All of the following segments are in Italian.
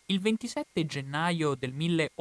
Il 27 gennaio del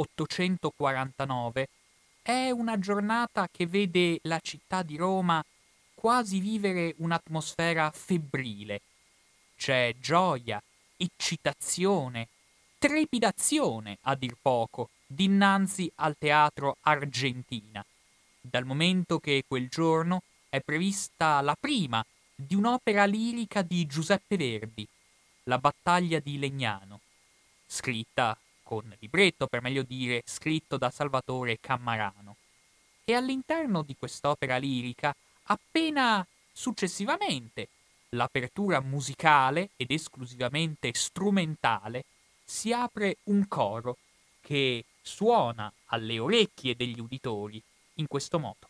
1849 è una giornata che vede la città di Roma quasi vivere un'atmosfera febbrile. C'è gioia, eccitazione, trepidazione, a dir poco, dinanzi al teatro Argentina, dal momento che quel giorno è prevista la prima di un'opera lirica di Giuseppe Verdi, La battaglia di Legnano, scritta con libretto, per meglio dire, scritto da Salvatore Cammarano. E all'interno di quest'opera lirica, appena successivamente, l'apertura musicale ed esclusivamente strumentale, si apre un coro che suona alle orecchie degli uditori in questo modo.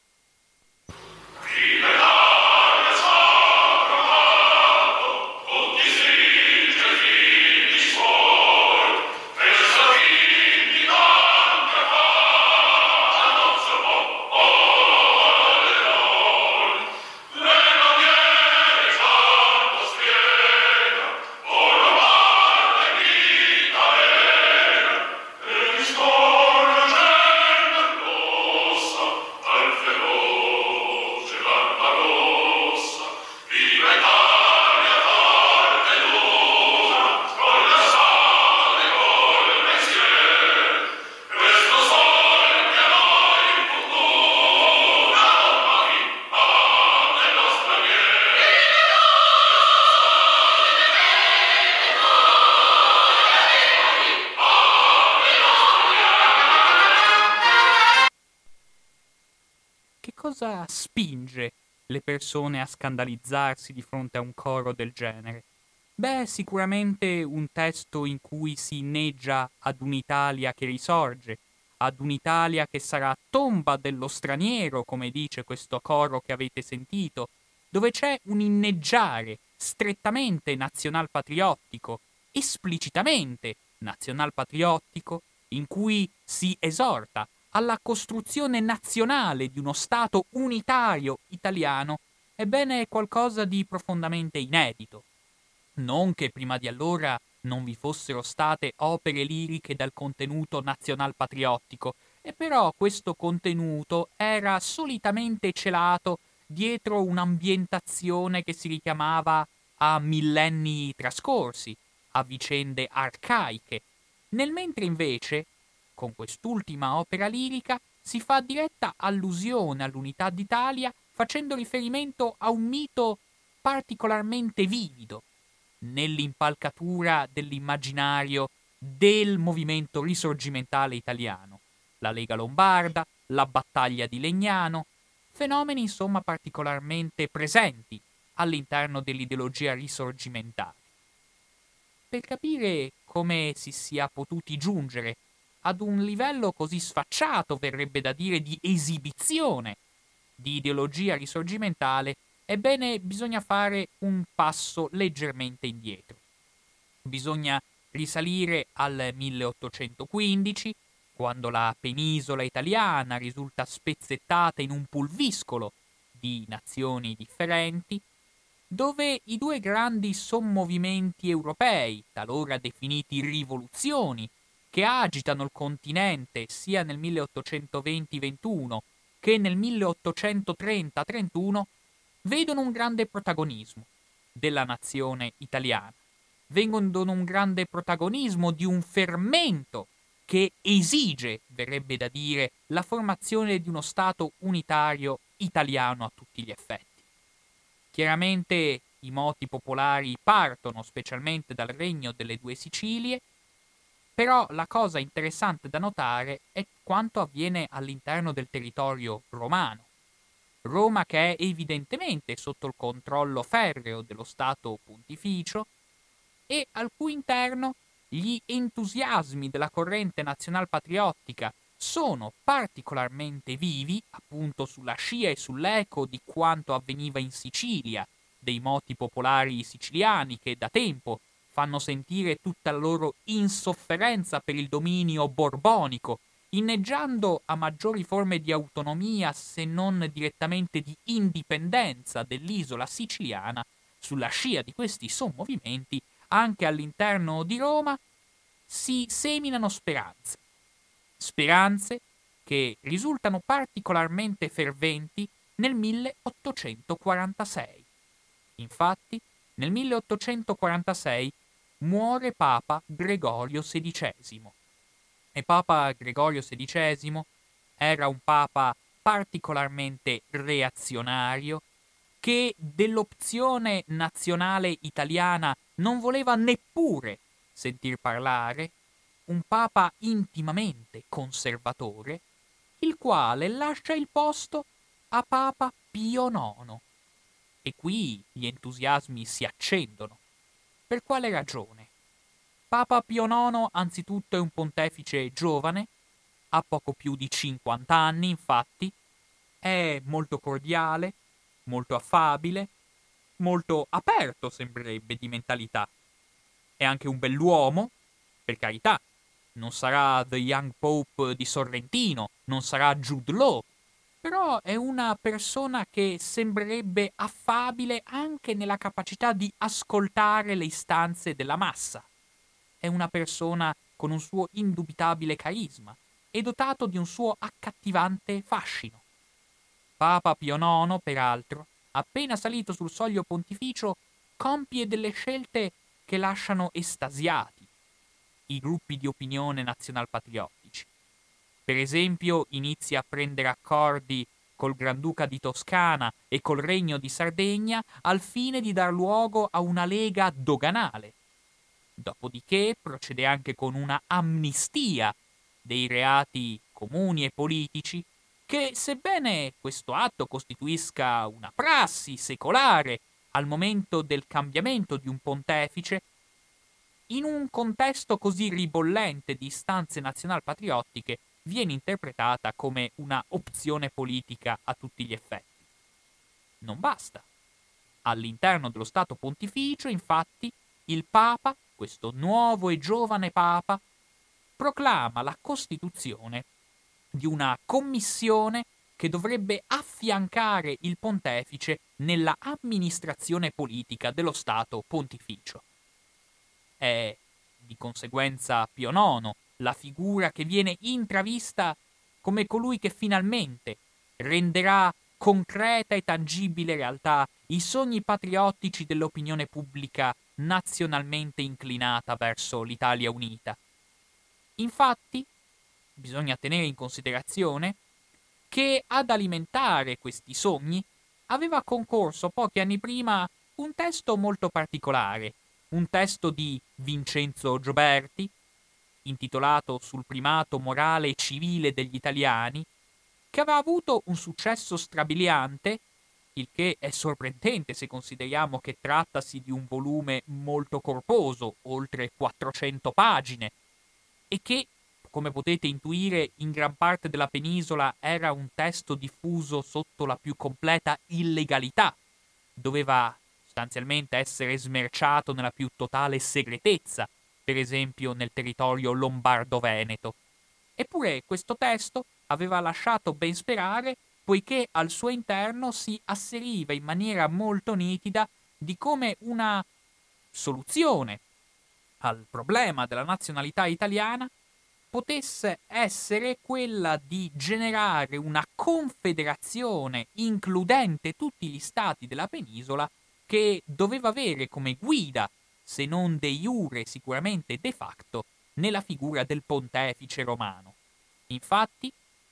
Che cosa spinge le persone a scandalizzarsi di fronte a un coro del genere? Beh, sicuramente un testo in cui si inneggia ad un'Italia che risorge, ad un'Italia che sarà tomba dello straniero, come dice questo coro che avete sentito, dove c'è un inneggiare strettamente nazionalpatriottico, esplicitamente nazionalpatriottico, in cui si esorta alla costruzione nazionale di uno Stato unitario italiano, ebbene è qualcosa di profondamente inedito. Non che prima di allora non vi fossero state opere liriche dal contenuto nazionalpatriottico, e però questo contenuto era solitamente celato dietro un'ambientazione che si richiamava a millenni trascorsi, a vicende arcaiche, nel mentre invece, con quest'ultima opera lirica, si fa diretta allusione all'unità d'Italia facendo riferimento a un mito particolarmente vivido nell'impalcatura dell'immaginario del movimento risorgimentale italiano, la Lega Lombarda, la battaglia di Legnano, fenomeni insomma particolarmente presenti all'interno dell'ideologia risorgimentale. Per capire come si sia potuti giungere ad un livello così sfacciato, verrebbe da dire, di esibizione di ideologia risorgimentale, ebbene bisogna fare un passo leggermente indietro. Bisogna risalire al 1815, quando la penisola italiana risulta spezzettata in un pulviscolo di nazioni differenti, dove i due grandi sommovimenti europei, talora definiti rivoluzioni, che agitano il continente sia nel 1820-21 che nel 1830-31, vedono un grande protagonismo della nazione italiana, vengono un grande protagonismo di un fermento che esige, verrebbe da dire, la formazione di uno Stato unitario italiano a tutti gli effetti. Chiaramente i moti popolari partono specialmente dal regno delle due Sicilie, però la cosa interessante da notare è quanto avviene all'interno del territorio romano. Roma che è evidentemente sotto il controllo ferreo dello Stato pontificio e al cui interno gli entusiasmi della corrente nazionalpatriottica sono particolarmente vivi, appunto sulla scia e sull'eco di quanto avveniva in Sicilia, dei moti popolari siciliani che da tempo fanno sentire tutta la loro insofferenza per il dominio borbonico, inneggiando a maggiori forme di autonomia, se non direttamente di indipendenza dell'isola siciliana. Sulla scia di questi sommovimenti, anche all'interno di Roma, si seminano speranze. Speranze che risultano particolarmente ferventi nel 1846. Infatti, nel 1846 muore Papa Gregorio XVI. E Papa Gregorio XVI era un papa particolarmente reazionario che dell'opzione nazionale italiana non voleva neppure sentir parlare, un papa intimamente conservatore, il quale lascia il posto a Papa Pio IX. E qui gli entusiasmi si accendono. Per quale ragione? Papa Pio IX anzitutto è un pontefice giovane, ha poco più di 50 anni, infatti, è molto cordiale, molto affabile, molto aperto, sembrerebbe, di mentalità. È anche un bell'uomo, per carità. Non sarà The Young Pope di Sorrentino, non sarà Jude Law, però è una persona che sembrerebbe affabile anche nella capacità di ascoltare le istanze della massa. È una persona con un suo indubitabile carisma e dotato di un suo accattivante fascino. Papa Pio IX, peraltro, appena salito sul soglio pontificio, compie delle scelte che lasciano estasiati i gruppi di opinione nazionalpatriottici. Per esempio, inizia a prendere accordi col Granduca di Toscana e col Regno di Sardegna al fine di dar luogo a una lega doganale. Dopodiché procede anche con una amnistia dei reati comuni e politici che, sebbene questo atto costituisca una prassi secolare al momento del cambiamento di un pontefice, in un contesto così ribollente di istanze nazionalpatriottiche viene interpretata come una opzione politica a tutti gli effetti. Non basta. All'interno dello Stato Pontificio, infatti, il Papa, questo nuovo e giovane Papa, proclama la costituzione di una commissione che dovrebbe affiancare il pontefice nella amministrazione politica dello Stato Pontificio. È di conseguenza Pio IX la figura che viene intravista come colui che finalmente renderà concreta e tangibile realtà i sogni patriottici dell'opinione pubblica nazionalmente inclinata verso l'Italia unita. Infatti, bisogna tenere in considerazione che ad alimentare questi sogni aveva concorso pochi anni prima un testo molto particolare, un testo di Vincenzo Gioberti, intitolato Sul primato morale e civile degli italiani, che aveva avuto un successo strabiliante, il che è sorprendente se consideriamo che trattasi di un volume molto corposo, oltre 400 pagine, e che, come potete intuire, in gran parte della penisola era un testo diffuso sotto la più completa illegalità. Doveva sostanzialmente essere smerciato nella più totale segretezza, per esempio nel territorio lombardo-veneto. Eppure questo testo aveva lasciato ben sperare, poiché al suo interno si asseriva in maniera molto nitida di come una soluzione al problema della nazionalità italiana potesse essere quella di generare una confederazione includente tutti gli stati della penisola che doveva avere come guida, se non de iure sicuramente de facto, nella figura del pontefice romano. Infatti,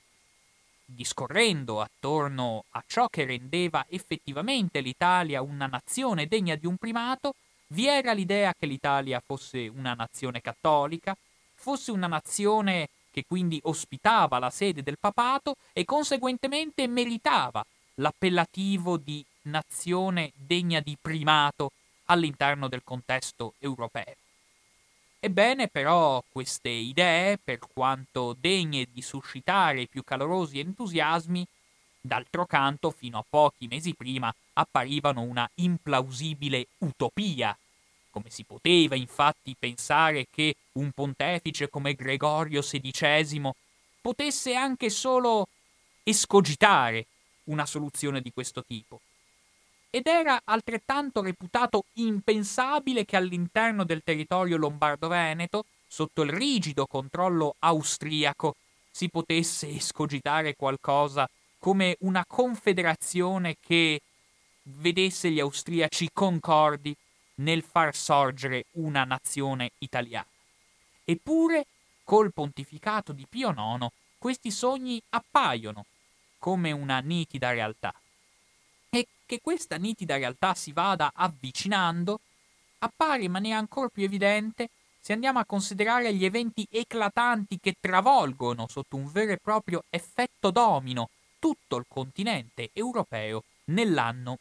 discorrendo attorno a ciò che rendeva effettivamente l'Italia una nazione degna di un primato, vi era l'idea che l'Italia fosse una nazione cattolica, fosse una nazione che quindi ospitava la sede del papato e conseguentemente meritava l'appellativo di nazione degna di primato all'interno del contesto europeo. Ebbene, però, queste idee, per quanto degne di suscitare i più calorosi entusiasmi, d'altro canto, fino a pochi mesi prima, apparivano una implausibile utopia. Come si poteva, infatti, pensare che un pontefice come Gregorio XVI potesse anche solo escogitare una soluzione di questo tipo? Ed era altrettanto reputato impensabile che all'interno del territorio lombardo-veneto, sotto il rigido controllo austriaco, si potesse escogitare qualcosa come una confederazione che vedesse gli austriaci concordi nel far sorgere una nazione italiana. Eppure, col pontificato di Pio IX, questi sogni appaiono come una nitida realtà. E che questa nitida realtà si vada avvicinando appare in maniera ancora più evidente se andiamo a considerare gli eventi eclatanti che travolgono sotto un vero e proprio effetto domino tutto il continente europeo nell'anno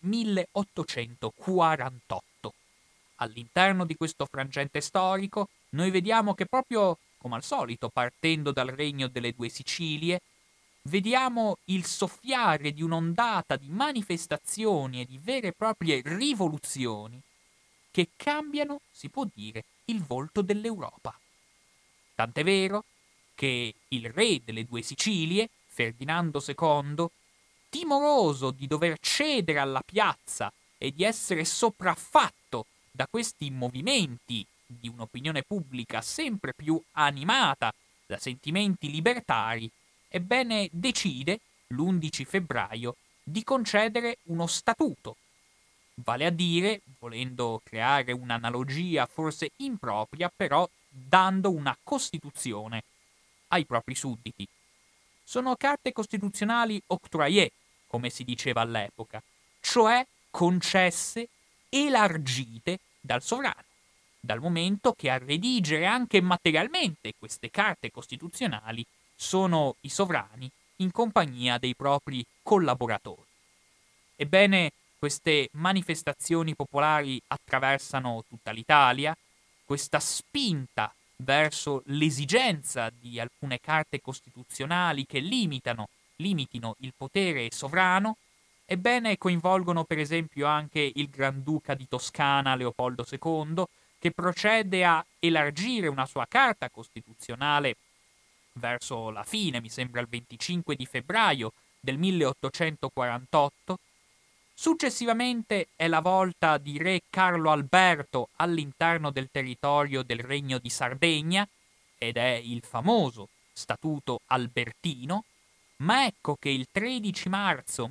1848. All'interno di questo frangente storico noi vediamo che proprio, come al solito, partendo dal regno delle due Sicilie, vediamo il soffiare di un'ondata di manifestazioni e di vere e proprie rivoluzioni che cambiano, si può dire, il volto dell'Europa. Tant'è vero che il re delle due Sicilie, Ferdinando II, timoroso di dover cedere alla piazza e di essere sopraffatto da questi movimenti di un'opinione pubblica sempre più animata da sentimenti libertari, ebbene decide, l'11 febbraio, di concedere uno statuto. Vale a dire, volendo creare un'analogia forse impropria, però dando una costituzione ai propri sudditi. Sono carte costituzionali octroyées, come si diceva all'epoca, cioè concesse, elargite dal sovrano, dal momento che a redigere anche materialmente queste carte costituzionali sono i sovrani in compagnia dei propri collaboratori. Ebbene, queste manifestazioni popolari attraversano tutta l'Italia, questa spinta verso l'esigenza di alcune carte costituzionali che limitino il potere sovrano, ebbene coinvolgono per esempio anche il Granduca di Toscana Leopoldo II, che procede a elargire una sua carta costituzionale verso la fine, mi sembra il 25 di febbraio del 1848. Successivamente è la volta di re Carlo Alberto all'interno del territorio del Regno di Sardegna, ed è il famoso Statuto Albertino, ma ecco che il 13 marzo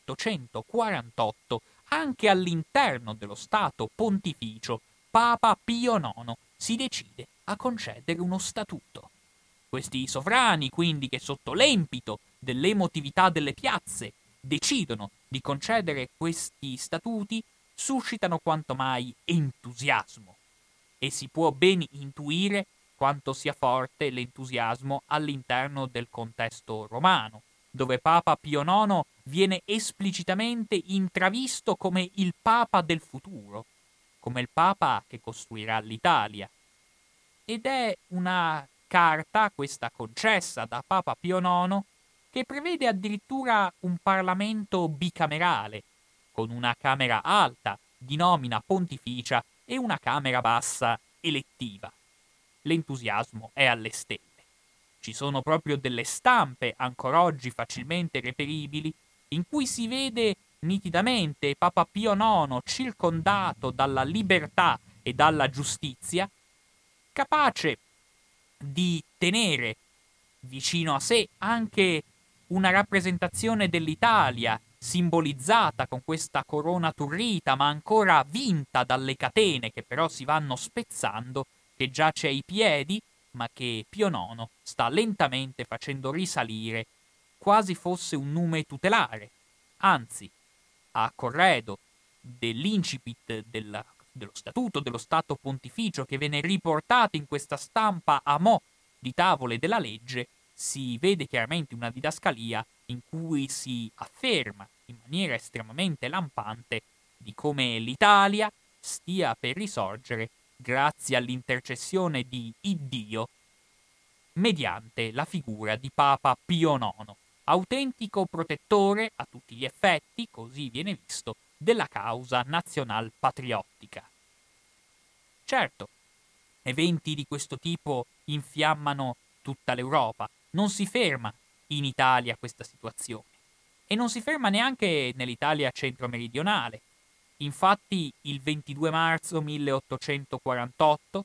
1848, anche all'interno dello Stato Pontificio, Papa Pio IX si decide a concedere uno statuto. Questi sovrani, quindi, che sotto l'empito dell'emotività delle piazze decidono di concedere questi statuti, suscitano quanto mai entusiasmo. E si può ben intuire quanto sia forte l'entusiasmo all'interno del contesto romano, dove Papa Pio IX viene esplicitamente intravisto come il Papa del futuro, come il Papa che costruirà l'Italia. Ed è una carta, questa concessa da Papa Pio IX, che prevede addirittura un Parlamento bicamerale, con una Camera alta di nomina pontificia e una Camera bassa elettiva. L'entusiasmo è alle stelle. Ci sono proprio delle stampe ancora oggi facilmente reperibili in cui si vede nitidamente Papa Pio IX circondato dalla libertà e dalla giustizia, capace di tenere vicino a sé anche una rappresentazione dell'Italia simbolizzata con questa corona turrita ma ancora vinta dalle catene che però si vanno spezzando, che giace ai piedi ma che Pio IX sta lentamente facendo risalire quasi fosse un nume tutelare. Anzi, a corredo dell'incipit dello statuto dello Stato Pontificio che viene riportato in questa stampa a mo' di tavole della legge, si vede chiaramente una didascalia in cui si afferma in maniera estremamente lampante di come l'Italia stia per risorgere grazie all'intercessione di Iddio mediante la figura di Papa Pio IX, autentico protettore a tutti gli effetti, così viene visto, della causa nazional patriottica. Certo, eventi di questo tipo infiammano tutta l'Europa, non si ferma in Italia questa situazione e non si ferma neanche nell'Italia centro-meridionale. Infatti il 22 marzo 1848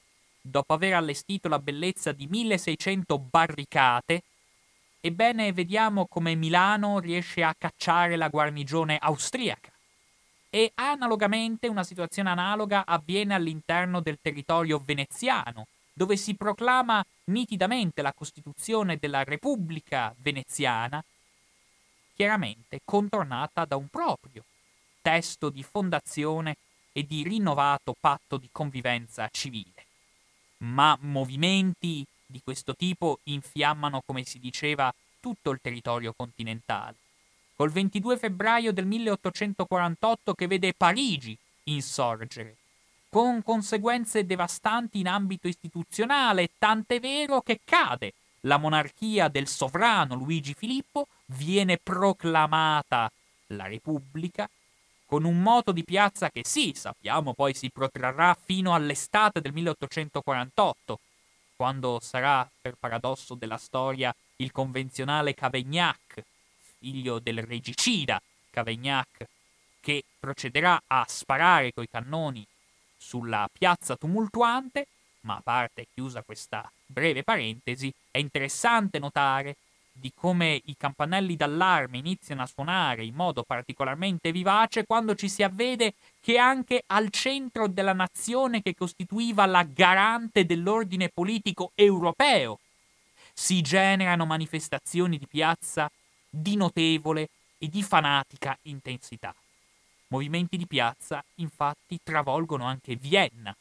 dopo aver allestito la bellezza di 1600 barricate, ebbene vediamo come Milano riesce a cacciare la guarnigione austriaca. E analogamente una situazione analoga avviene all'interno del territorio veneziano, dove si proclama nitidamente la Costituzione della Repubblica veneziana, chiaramente contornata da un proprio testo di fondazione e di rinnovato patto di convivenza civile. Ma movimenti di questo tipo infiammano, come si diceva, tutto il territorio continentale. Col 22 febbraio del 1848 che vede Parigi insorgere, con conseguenze devastanti in ambito istituzionale, tant'è vero che cade la monarchia del sovrano Luigi Filippo, viene proclamata la Repubblica, con un moto di piazza che sì, sappiamo poi si protrarrà fino all'estate del 1848, quando sarà, per paradosso della storia, il convenzionale Cavaignac, figlio del regicida Cavaignac, che procederà a sparare coi cannoni sulla piazza tumultuante, ma a parte chiusa questa breve parentesi, è interessante notare di come i campanelli d'allarme iniziano a suonare in modo particolarmente vivace quando ci si avvede che anche al centro della nazione che costituiva la garante dell'ordine politico europeo si generano manifestazioni di piazza di notevole e di fanatica intensità. Movimenti di piazza, infatti, travolgono anche Vienna.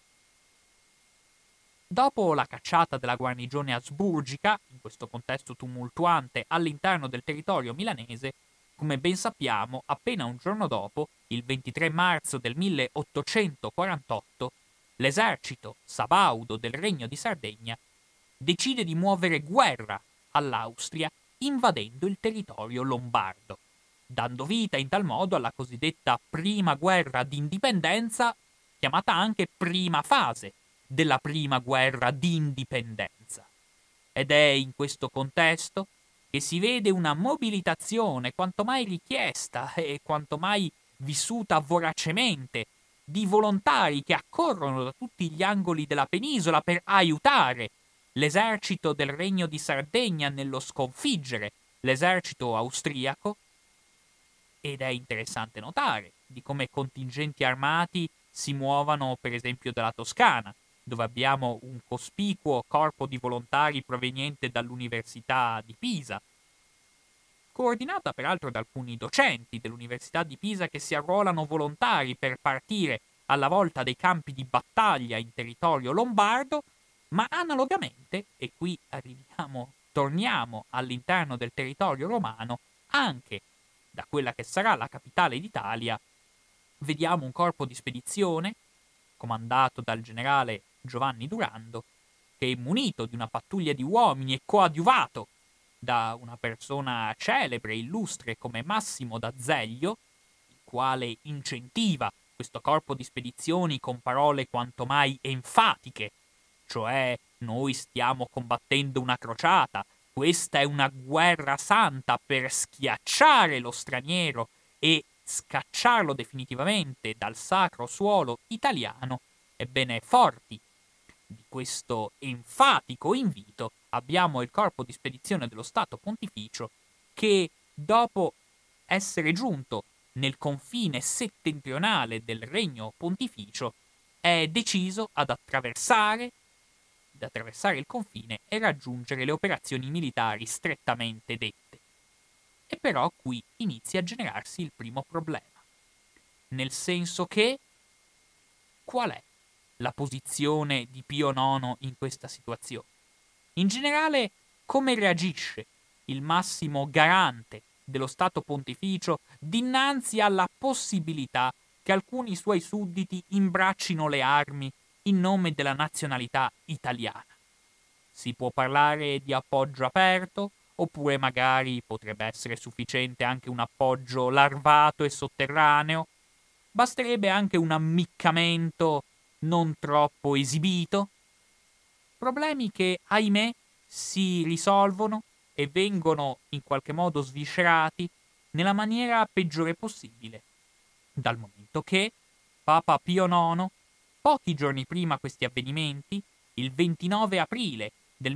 Dopo la cacciata della guarnigione asburgica, in questo contesto tumultuante all'interno del territorio milanese, come ben sappiamo, appena un giorno dopo, il 23 marzo del 1848, l'esercito sabaudo del Regno di Sardegna decide di muovere guerra all'Austria invadendo il territorio lombardo, dando vita in tal modo alla cosiddetta prima guerra d'indipendenza, chiamata anche prima fase della prima guerra d'indipendenza. Ed è in questo contesto che si vede una mobilitazione quanto mai richiesta e quanto mai vissuta voracemente di volontari che accorrono da tutti gli angoli della penisola per aiutare l'esercito del Regno di Sardegna nello sconfiggere l'esercito austriaco. Ed è interessante notare di come contingenti armati si muovano per esempio dalla Toscana, dove abbiamo un cospicuo corpo di volontari proveniente dall'Università di Pisa, coordinata peraltro da alcuni docenti dell'Università di Pisa che si arruolano volontari per partire alla volta dei campi di battaglia in territorio lombardo, ma analogamente, e qui torniamo all'interno del territorio romano, anche da quella che sarà la capitale d'Italia, vediamo un corpo di spedizione, comandato dal generale Giovanni Durando, che munito di una pattuglia di uomini e coadiuvato da una persona celebre e illustre come Massimo d'Azeglio, il quale incentiva questo corpo di spedizioni con parole quanto mai enfatiche, cioè noi stiamo combattendo una crociata, questa è una guerra santa per schiacciare lo straniero e scacciarlo definitivamente dal sacro suolo italiano. Ebbene, forti di questo enfatico invito, abbiamo il corpo di spedizione dello Stato Pontificio che, dopo essere giunto nel confine settentrionale del Regno Pontificio, è deciso ad attraversare il confine e raggiungere le operazioni militari strettamente dette. E però qui inizia a generarsi il primo problema, nel senso che qual è la posizione di Pio IX in questa situazione? In generale, come reagisce il massimo garante dello Stato Pontificio dinanzi alla possibilità che alcuni suoi sudditi imbraccino le armi in nome della nazionalità italiana? Si può parlare di appoggio aperto, oppure magari potrebbe essere sufficiente anche un appoggio larvato e sotterraneo? Basterebbe anche un ammiccamento non troppo esibito? Problemi che, ahimè, si risolvono e vengono in qualche modo sviscerati nella maniera peggiore possibile, dal momento che Papa Pio IX, pochi giorni prima questi avvenimenti, il 29 aprile del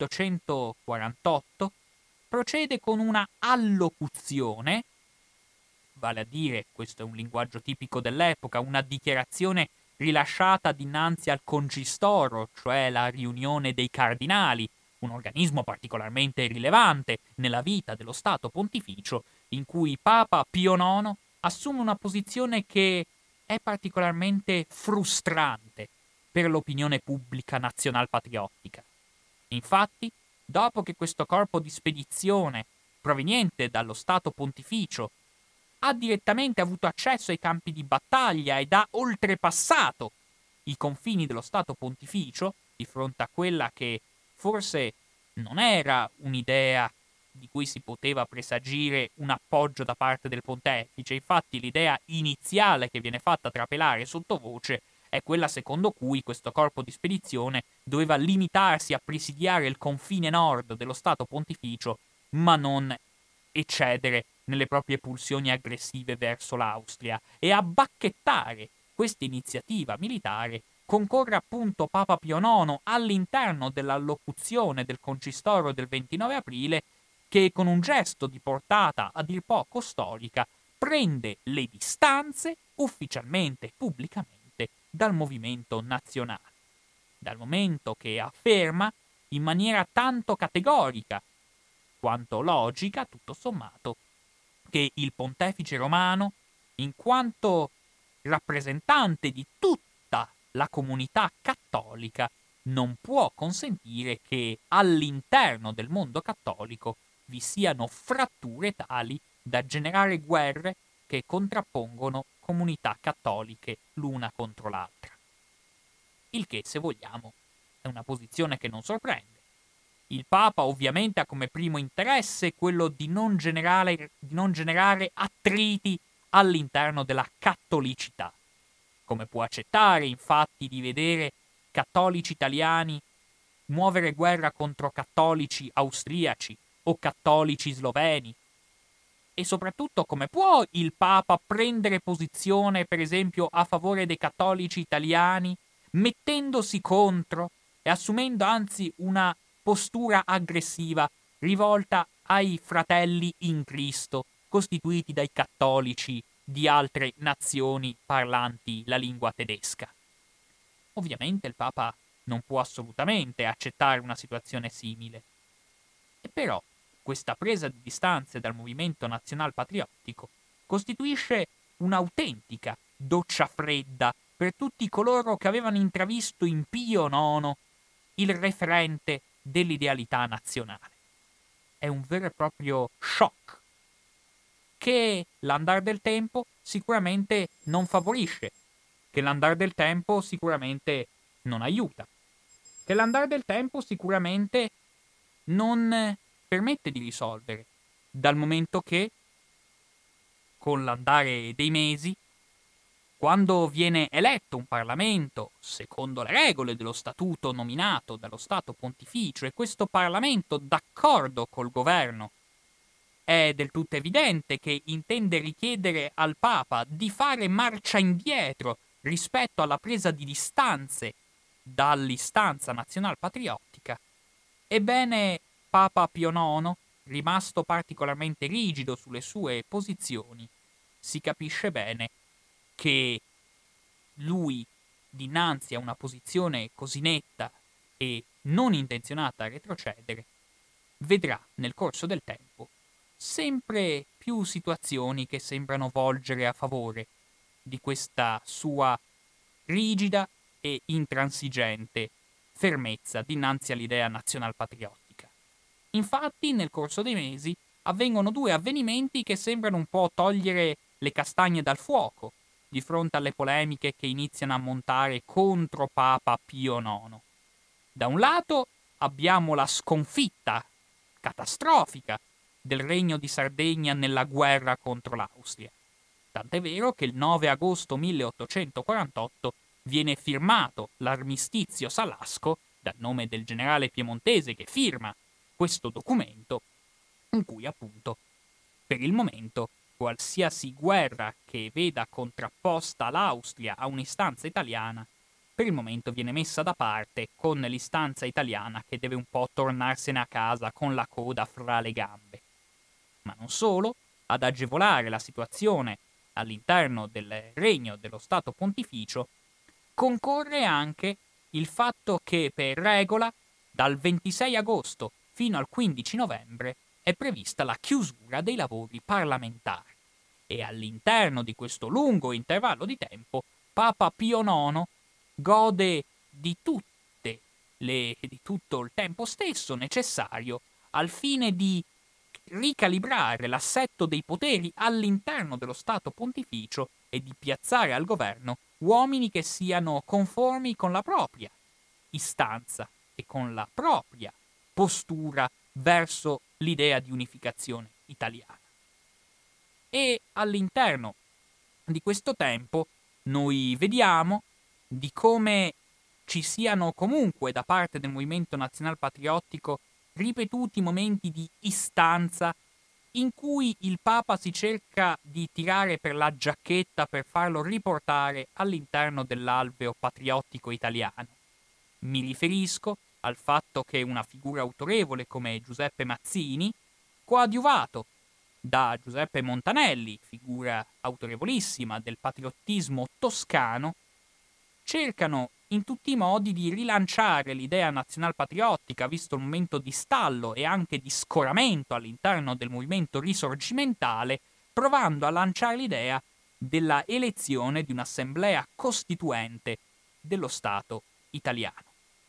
1848, procede con una allocuzione, vale a dire, questo è un linguaggio tipico dell'epoca, una dichiarazione rilasciata dinanzi al concistoro, cioè la riunione dei cardinali, un organismo particolarmente rilevante nella vita dello Stato Pontificio, in cui Papa Pio IX assume una posizione che è particolarmente frustrante per l'opinione pubblica nazionalpatriottica. Infatti, dopo che questo corpo di spedizione, proveniente dallo Stato Pontificio, ha direttamente avuto accesso ai campi di battaglia ed ha oltrepassato i confini dello Stato Pontificio, di fronte a quella che forse non era un'idea di cui si poteva presagire un appoggio da parte del pontefice. Infatti l'idea iniziale che viene fatta trapelare sottovoce è quella secondo cui questo corpo di spedizione doveva limitarsi a presidiare il confine nord dello Stato Pontificio, ma non eccedere nelle proprie pulsioni aggressive verso l'Austria, e a bacchettare questa iniziativa militare concorre appunto Papa Pio IX all'interno dell'allocuzione del concistoro del 29 aprile, che con un gesto di portata a dir poco storica prende le distanze ufficialmente e pubblicamente dal movimento nazionale, dal momento che afferma in maniera tanto categorica quanto logica, tutto sommato, che il pontefice romano, in quanto rappresentante di tutta la comunità cattolica, non può consentire che all'interno del mondo cattolico vi siano fratture tali da generare guerre che contrappongono comunità cattoliche l'una contro l'altra. Il che, se vogliamo, è una posizione che non sorprende. Il Papa ovviamente ha come primo interesse quello di non generare attriti all'interno della cattolicità. Come può accettare, infatti, di vedere cattolici italiani muovere guerra contro cattolici austriaci o cattolici sloveni? E soprattutto come può il Papa prendere posizione, per esempio, a favore dei cattolici italiani, mettendosi contro e assumendo anzi una postura aggressiva rivolta ai fratelli in Cristo, costituiti dai cattolici di altre nazioni parlanti la lingua tedesca? Ovviamente il Papa non può assolutamente accettare una situazione simile. E però questa presa di distanze dal movimento nazional-patriottico costituisce un'autentica doccia fredda per tutti coloro che avevano intravisto in Pio IX il referente dell'idealità nazionale. È un vero e proprio shock che l'andar del tempo sicuramente non favorisce, che l'andar del tempo sicuramente non aiuta, che l'andar del tempo sicuramente non permette di risolvere, dal momento che, con l'andare dei mesi, quando viene eletto un Parlamento secondo le regole dello statuto nominato dallo Stato Pontificio, e questo Parlamento, d'accordo col governo, è del tutto evidente che intende richiedere al Papa di fare marcia indietro rispetto alla presa di distanze dall'istanza nazional-patriottica, ebbene Papa Pio IX, rimasto particolarmente rigido sulle sue posizioni, si capisce bene che lui, dinanzi a una posizione così netta e non intenzionata a retrocedere, vedrà nel corso del tempo sempre più situazioni che sembrano volgere a favore di questa sua rigida e intransigente fermezza dinanzi all'idea nazional-patriottica. Infatti, nel corso dei mesi avvengono due avvenimenti che sembrano un po' togliere le castagne dal fuoco di fronte alle polemiche che iniziano a montare contro Papa Pio IX. Da un lato abbiamo la sconfitta catastrofica del Regno di Sardegna nella guerra contro l'Austria. Tant'è vero che il 9 agosto 1848 viene firmato l'armistizio salasco dal nome del generale piemontese che firma questo documento, in cui appunto per il momento qualsiasi guerra che veda contrapposta l'Austria a un'istanza italiana per il momento viene messa da parte con l'istanza italiana che deve un po' tornarsene a casa con la coda fra le gambe. Ma non solo, ad agevolare la situazione all'interno del regno dello Stato Pontificio, concorre anche il fatto che per regola dal 26 agosto fino al 15 novembre è prevista la chiusura dei lavori parlamentari e all'interno di questo lungo intervallo di tempo Papa Pio IX gode di di tutto il tempo stesso necessario al fine di ricalibrare l'assetto dei poteri all'interno dello Stato Pontificio e di piazzare al governo uomini che siano conformi con la propria istanza e con la propria postura verso l'idea di unificazione italiana. E all'interno di questo tempo noi vediamo di come ci siano comunque da parte del movimento nazional patriottico ripetuti momenti di istanza in cui il Papa si cerca di tirare per la giacchetta per farlo riportare all'interno dell'alveo patriottico italiano. Mi riferisco al fatto che una figura autorevole come Giuseppe Mazzini, coadiuvato da Giuseppe Montanelli, figura autorevolissima del patriottismo toscano, cercano in tutti i modi di rilanciare l'idea nazionalpatriottica, visto il momento di stallo e anche di scoramento all'interno del movimento risorgimentale, provando a lanciare l'idea della elezione di un'assemblea costituente dello Stato italiano.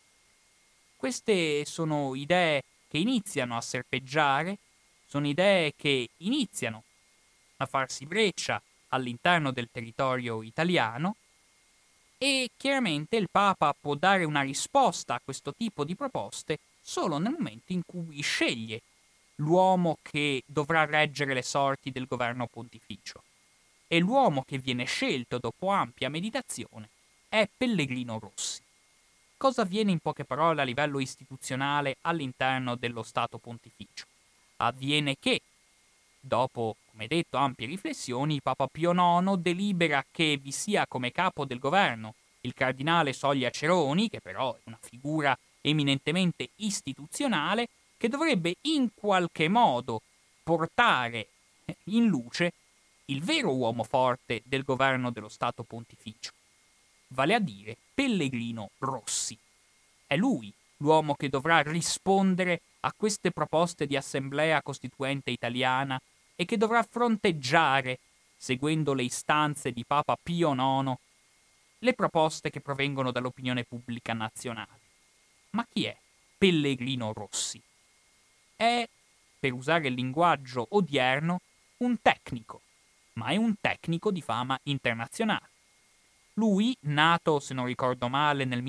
Queste sono idee che iniziano a serpeggiare, sono idee che iniziano a farsi breccia all'interno del territorio italiano e chiaramente il Papa può dare una risposta a questo tipo di proposte solo nel momento in cui sceglie l'uomo che dovrà reggere le sorti del governo pontificio. E l'uomo che viene scelto dopo ampia meditazione è Pellegrino Rossi. Cosa avviene in poche parole a livello istituzionale all'interno dello Stato Pontificio? Avviene che, dopo, come detto, ampie riflessioni, Papa Pio IX delibera che vi sia come capo del governo il cardinale Soglia Ceroni, che però è una figura eminentemente istituzionale, che dovrebbe in qualche modo portare in luce il vero uomo forte del governo dello Stato Pontificio, vale a dire Pellegrino Rossi. È lui l'uomo che dovrà rispondere a queste proposte di assemblea costituente italiana e che dovrà fronteggiare, seguendo le istanze di Papa Pio IX, le proposte che provengono dall'opinione pubblica nazionale. Ma chi è Pellegrino Rossi? È, per usare il linguaggio odierno, un tecnico, ma è un tecnico di fama internazionale. Lui, nato, se non ricordo male, nel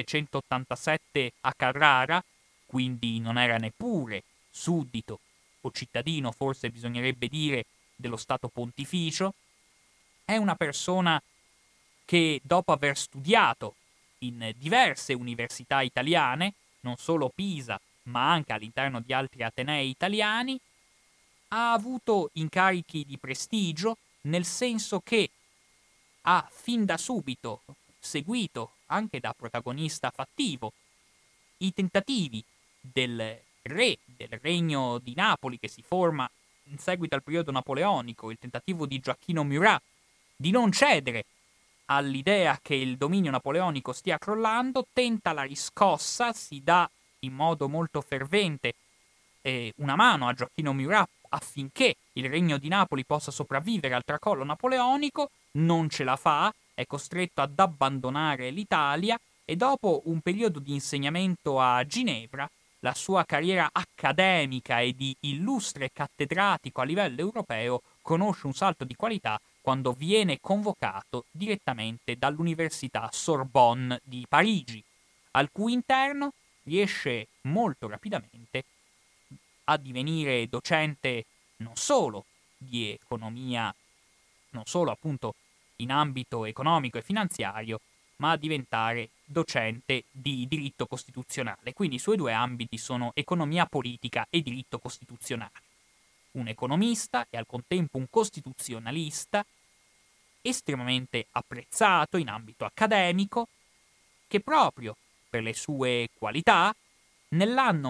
1787 a Carrara, quindi non era neppure suddito o cittadino, forse bisognerebbe dire, dello Stato Pontificio, è una persona che dopo aver studiato in diverse università italiane, non solo Pisa, ma anche all'interno di altri atenei italiani, ha avuto incarichi di prestigio, nel senso che ha fin da subito seguito, anche da protagonista fattivo, i tentativi del re del regno di Napoli che si forma in seguito al periodo napoleonico, il tentativo di Gioacchino Murat di non cedere all'idea che il dominio napoleonico stia crollando, tenta la riscossa, si dà in modo molto fervente una mano a Gioacchino Murat affinché il regno di Napoli possa sopravvivere al tracollo napoleonico, non ce la fa, è costretto ad abbandonare l'Italia e dopo un periodo di insegnamento a Ginevra, la sua carriera accademica e di illustre cattedratico a livello europeo conosce un salto di qualità quando viene convocato direttamente dall'Università Sorbonne di Parigi, al cui interno riesce molto rapidamente a divenire docente non solo di economia, non solo appunto in ambito economico e finanziario, ma a diventare docente di diritto costituzionale. Quindi i suoi due ambiti sono economia politica e diritto costituzionale. Un economista e al contempo un costituzionalista, estremamente apprezzato in ambito accademico, che proprio per le sue qualità nell'anno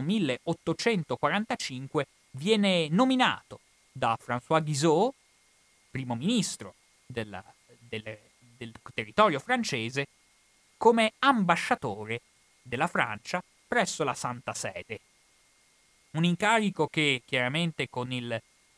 1845 viene nominato da François Guizot, primo ministro del territorio francese, come ambasciatore della Francia presso la Santa Sede. Un incarico che chiaramente con il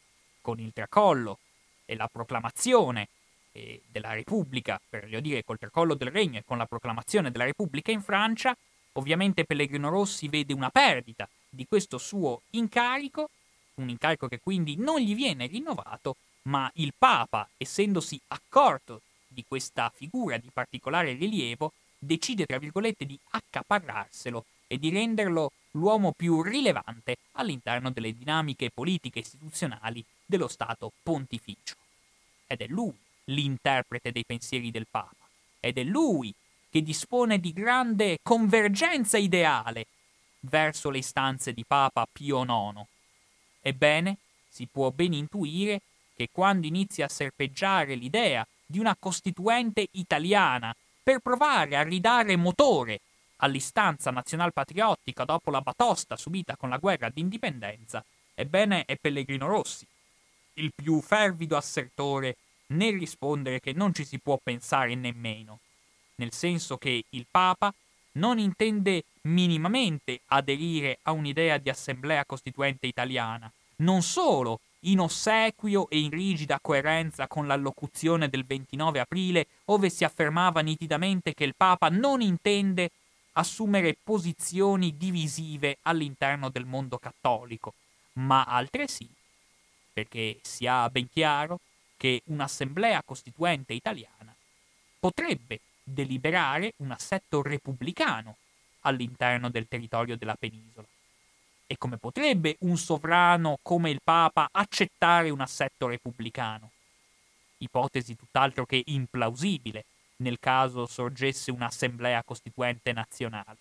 tracollo e la proclamazione della Repubblica, per meglio dire col tracollo del regno e con la proclamazione della Repubblica in Francia, ovviamente Pellegrino Rossi vede una perdita di questo suo incarico, un incarico che quindi non gli viene rinnovato, ma il Papa, essendosi accorto di questa figura di particolare rilievo, decide, tra virgolette, di accaparrarselo e di renderlo l'uomo più rilevante all'interno delle dinamiche politiche e istituzionali dello Stato pontificio. Ed è lui l'interprete dei pensieri del Papa, ed è lui che dispone di grande convergenza ideale verso le istanze di Papa Pio IX. Ebbene, si può ben intuire che quando inizia a serpeggiare l'idea di una costituente italiana per provare a ridare motore all'istanza nazionalpatriottica dopo la batosta subita con la guerra d'indipendenza, ebbene è Pellegrino Rossi, il più fervido assertore nel rispondere che non ci si può pensare nemmeno, nel senso che il Papa non intende minimamente aderire a un'idea di assemblea costituente italiana, non solo in ossequio e in rigida coerenza con l'allocuzione del 29 aprile, ove si affermava nitidamente che il Papa non intende assumere posizioni divisive all'interno del mondo cattolico, ma altresì perché sia ben chiaro che un'assemblea costituente italiana potrebbe deliberare un assetto repubblicano all'interno del territorio della penisola. E come potrebbe un sovrano come il Papa accettare un assetto repubblicano? Ipotesi tutt'altro che implausibile nel caso sorgesse un'assemblea costituente nazionale.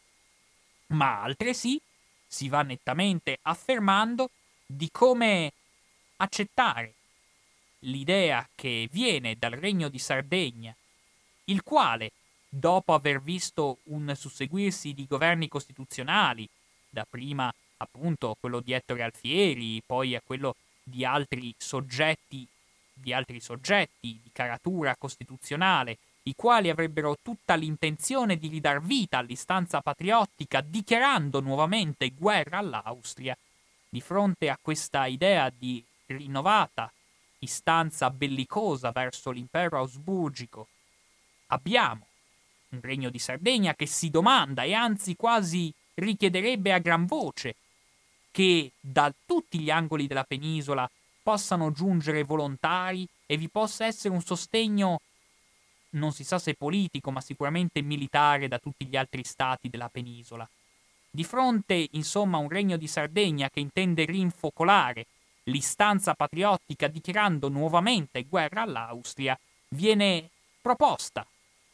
Ma altresì si va nettamente affermando di come accettare l'idea che viene dal Regno di Sardegna, il quale, dopo aver visto un susseguirsi di governi costituzionali, dapprima appunto quello di Ettore Alfieri, poi a quello di altri soggetti di caratura costituzionale, i quali avrebbero tutta l'intenzione di ridar vita all'istanza patriottica, dichiarando nuovamente guerra all'Austria, di fronte a questa idea di rinnovata istanza bellicosa verso l'impero ausburgico, abbiamo un Regno di Sardegna che si domanda e anzi quasi richiederebbe a gran voce che da tutti gli angoli della penisola possano giungere volontari e vi possa essere un sostegno, non si sa se politico, ma sicuramente militare da tutti gli altri stati della penisola. Di fronte, insomma, a un Regno di Sardegna che intende rinfocolare l'istanza patriottica dichiarando nuovamente guerra all'Austria, viene proposta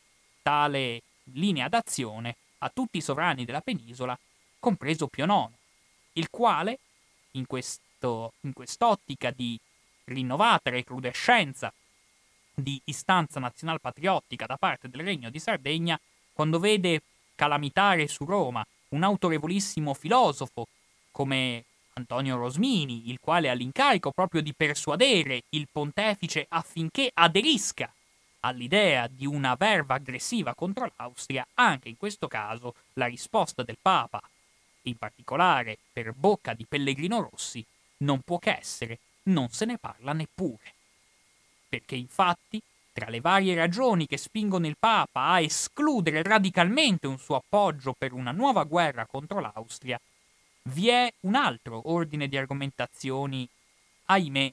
tale linea d'azione a tutti i sovrani della penisola, compreso Pio IX, il quale, in quest'ottica di rinnovata recrudescenza di istanza nazionalpatriottica da parte del Regno di Sardegna, quando vede calamitare su Roma un autorevolissimo filosofo come Antonio Rosmini, il quale ha l'incarico proprio di persuadere il pontefice affinché aderisca all'idea di una verva aggressiva contro l'Austria, anche in questo caso la risposta del Papa, in particolare per bocca di Pellegrino Rossi, non può che essere: non se ne parla neppure. Perché infatti, tra le varie ragioni che spingono il Papa a escludere radicalmente un suo appoggio per una nuova guerra contro l'Austria, vi è un altro ordine di argomentazioni, ahimè,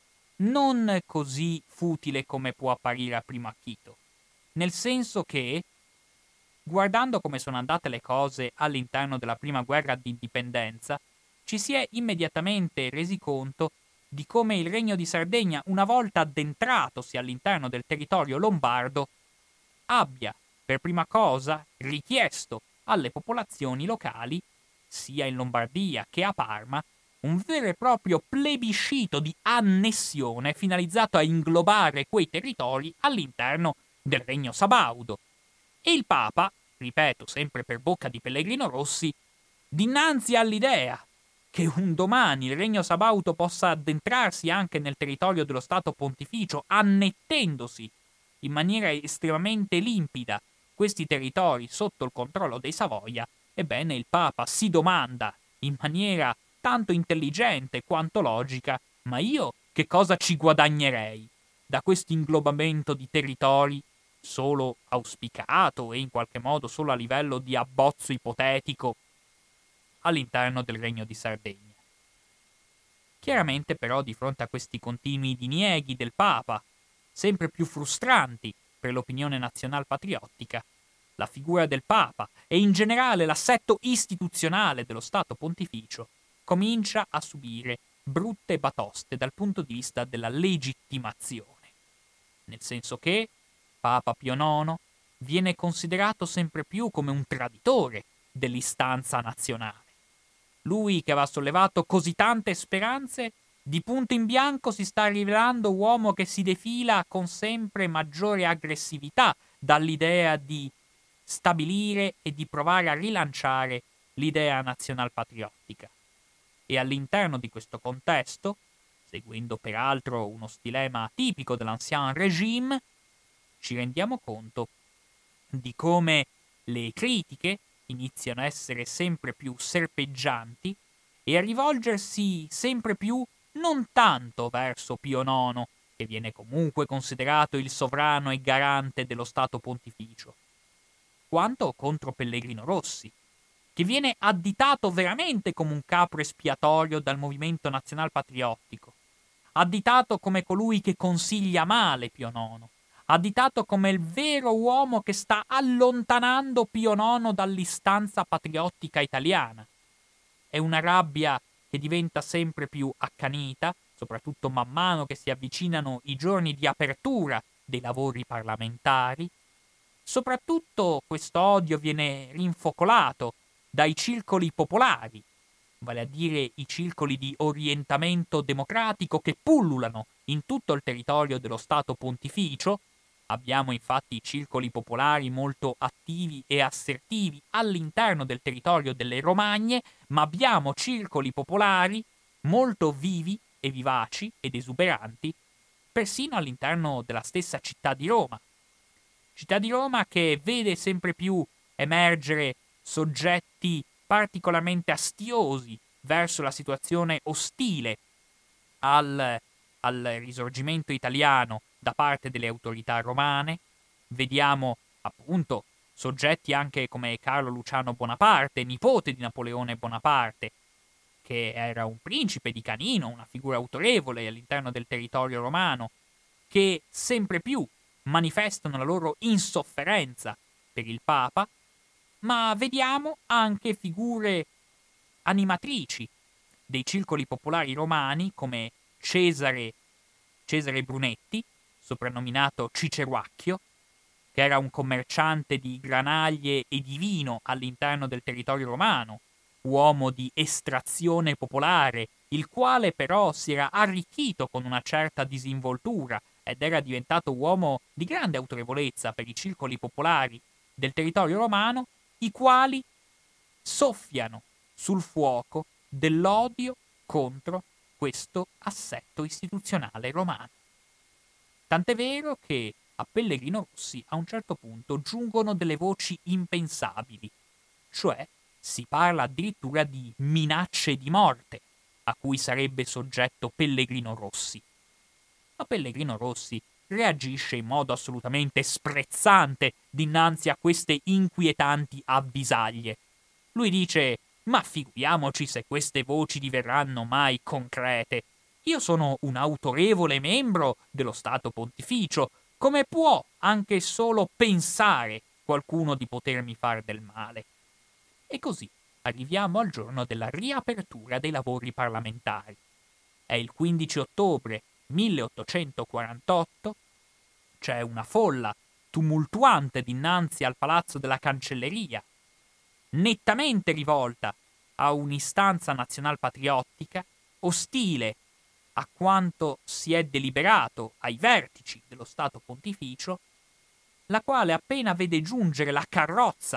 non così futile come può apparire a primo acchito, nel senso che, guardando come sono andate le cose all'interno della prima guerra d'indipendenza, ci si è immediatamente resi conto di come il Regno di Sardegna, una volta addentratosi all'interno del territorio lombardo, abbia per prima cosa richiesto alle popolazioni locali, sia in Lombardia che a Parma, un vero e proprio plebiscito di annessione finalizzato a inglobare quei territori all'interno del Regno Sabaudo. E il Papa, ripeto, sempre per bocca di Pellegrino Rossi, dinanzi all'idea che un domani il regno sabaudo possa addentrarsi anche nel territorio dello Stato Pontificio, annettendosi in maniera estremamente limpida questi territori sotto il controllo dei Savoia, ebbene il Papa si domanda in maniera tanto intelligente quanto logica: ma io che cosa ci guadagnerei da questo inglobamento di territori solo auspicato e in qualche modo solo a livello di abbozzo ipotetico all'interno del Regno di Sardegna? Chiaramente però di fronte a questi continui dinieghi del Papa, sempre più frustranti per l'opinione nazional-patriottica, la figura del Papa e in generale l'assetto istituzionale dello Stato Pontificio comincia a subire brutte batoste dal punto di vista della legittimazione, nel senso che Papa Pio IX viene considerato sempre più come un traditore dell'istanza nazionale. Lui che aveva sollevato così tante speranze, di punto in bianco si sta rivelando uomo che si defila con sempre maggiore aggressività dall'idea di stabilire e di provare a rilanciare l'idea nazional-patriottica. E all'interno di questo contesto, seguendo peraltro uno stilema tipico dell'ancien régime, ci rendiamo conto di come le critiche iniziano a essere sempre più serpeggianti e a rivolgersi sempre più non tanto verso Pio IX, che viene comunque considerato il sovrano e garante dello Stato Pontificio, quanto contro Pellegrino Rossi, che viene additato veramente come un capro espiatorio dal movimento nazional-patriottico, additato come colui che consiglia male Pio IX, additato come il vero uomo che sta allontanando Pio IX dall'istanza patriottica italiana. È una rabbia che diventa sempre più accanita, soprattutto man mano che si avvicinano i giorni di apertura dei lavori parlamentari. Soprattutto questo odio viene rinfocolato dai circoli popolari, vale a dire i circoli di orientamento democratico che pullulano in tutto il territorio dello Stato Pontificio. Abbiamo infatti circoli popolari molto attivi e assertivi all'interno del territorio delle Romagne, ma abbiamo circoli popolari molto vivi e vivaci ed esuberanti persino all'interno della stessa città di Roma. Città di Roma che vede sempre più emergere soggetti particolarmente astiosi verso la situazione ostile al risorgimento italiano da parte delle autorità romane. Vediamo appunto soggetti anche come Carlo Luciano Bonaparte, nipote di Napoleone Bonaparte, che era un principe di Canino, una figura autorevole all'interno del territorio romano, che sempre più manifestano la loro insofferenza per il Papa, ma vediamo anche figure animatrici dei circoli popolari romani come Cesare Brunetti, soprannominato Ciceruacchio, che era un commerciante di granaglie e di vino all'interno del territorio romano, uomo di estrazione popolare, il quale però si era arricchito con una certa disinvoltura ed era diventato uomo di grande autorevolezza per i circoli popolari del territorio romano, i quali soffiano sul fuoco dell'odio contro questo assetto istituzionale romano. Tant'è vero che a Pellegrino Rossi a un certo punto giungono delle voci impensabili, cioè si parla addirittura di minacce di morte a cui sarebbe soggetto Pellegrino Rossi. Ma Pellegrino Rossi reagisce in modo assolutamente sprezzante dinanzi a queste inquietanti avvisaglie. Lui dice: ma figuriamoci se queste voci diverranno mai concrete. Io sono un autorevole membro dello Stato Pontificio. Come può anche solo pensare qualcuno di potermi far del male? E così arriviamo al giorno della riapertura dei lavori parlamentari. È il 15 ottobre 1848, c'è una folla tumultuante dinanzi al Palazzo della Cancelleria, nettamente rivolta a un'istanza nazional-patriottica, ostile a quanto si è deliberato ai vertici dello Stato Pontificio, la quale appena vede giungere la carrozza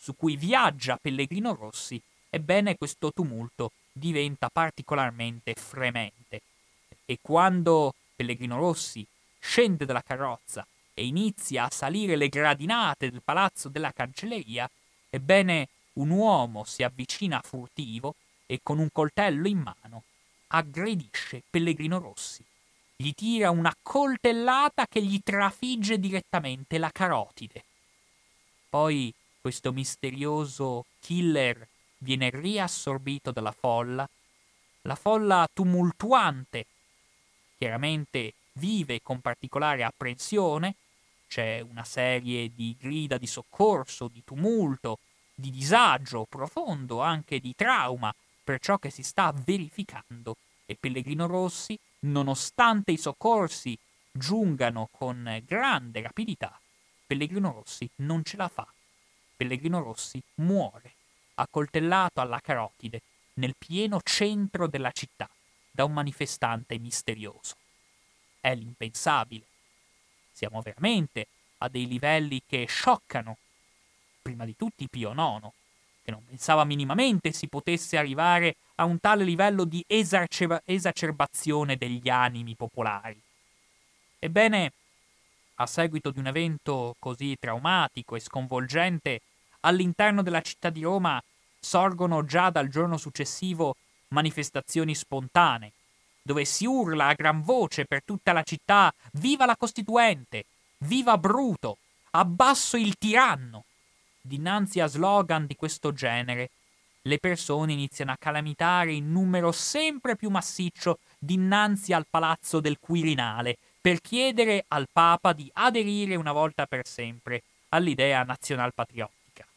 su cui viaggia Pellegrino Rossi, ebbene questo tumulto diventa particolarmente fremente. E quando Pellegrino Rossi scende dalla carrozza e inizia a salire le gradinate del palazzo della cancelleria, ebbene un uomo si avvicina furtivo e con un coltello in mano aggredisce Pellegrino Rossi. Gli tira una coltellata che gli trafigge direttamente la carotide. Poi questo misterioso killer viene riassorbito dalla folla, la folla tumultuante chiaramente vive con particolare apprensione, c'è una serie di grida di soccorso, di tumulto, di disagio profondo, anche di trauma per ciò che si sta verificando e Pellegrino Rossi, nonostante i soccorsi giungano con grande rapidità, Pellegrino Rossi non ce la fa. Pellegrino Rossi muore, accoltellato alla carotide, nel pieno centro della città, da un manifestante misterioso. È l'impensabile. Siamo veramente a dei livelli che scioccano, prima di tutti Pio IX, che non pensava minimamente si potesse arrivare a un tale livello di esacerbazione degli animi popolari. Ebbene, a seguito di un evento così traumatico e sconvolgente, all'interno della città di Roma sorgono già dal giorno successivo manifestazioni spontanee, dove si urla a gran voce per tutta la città: viva la Costituente! Viva Bruto! Abbasso il tiranno! Dinanzi a slogan di questo genere, le persone iniziano a calamitare in numero sempre più massiccio dinanzi al palazzo del Quirinale per chiedere al Papa di aderire una volta per sempre all'idea nazionalpatriottica.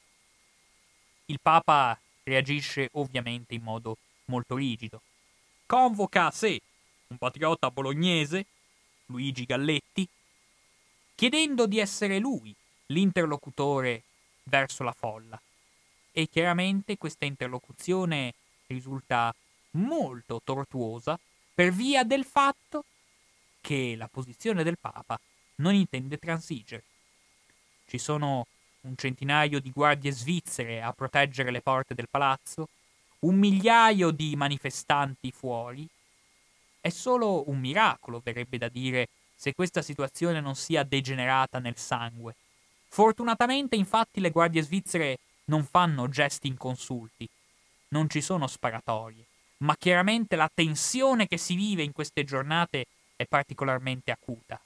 Il Papa reagisce ovviamente in modo molto rigido. Convoca a sé un patriota bolognese, Luigi Galletti, chiedendo di essere lui l'interlocutore verso la folla. E chiaramente questa interlocuzione risulta molto tortuosa per via del fatto che la posizione del Papa non intende transigere. Ci sono un centinaio di guardie svizzere a proteggere le porte del palazzo, 1 migliaio di manifestanti fuori. È solo un miracolo, verrebbe da dire, se questa situazione non sia degenerata nel sangue. Fortunatamente, infatti, le guardie svizzere non fanno gesti inconsulti, non ci sono sparatorie, ma chiaramente la tensione che si vive in queste giornate è particolarmente acuta.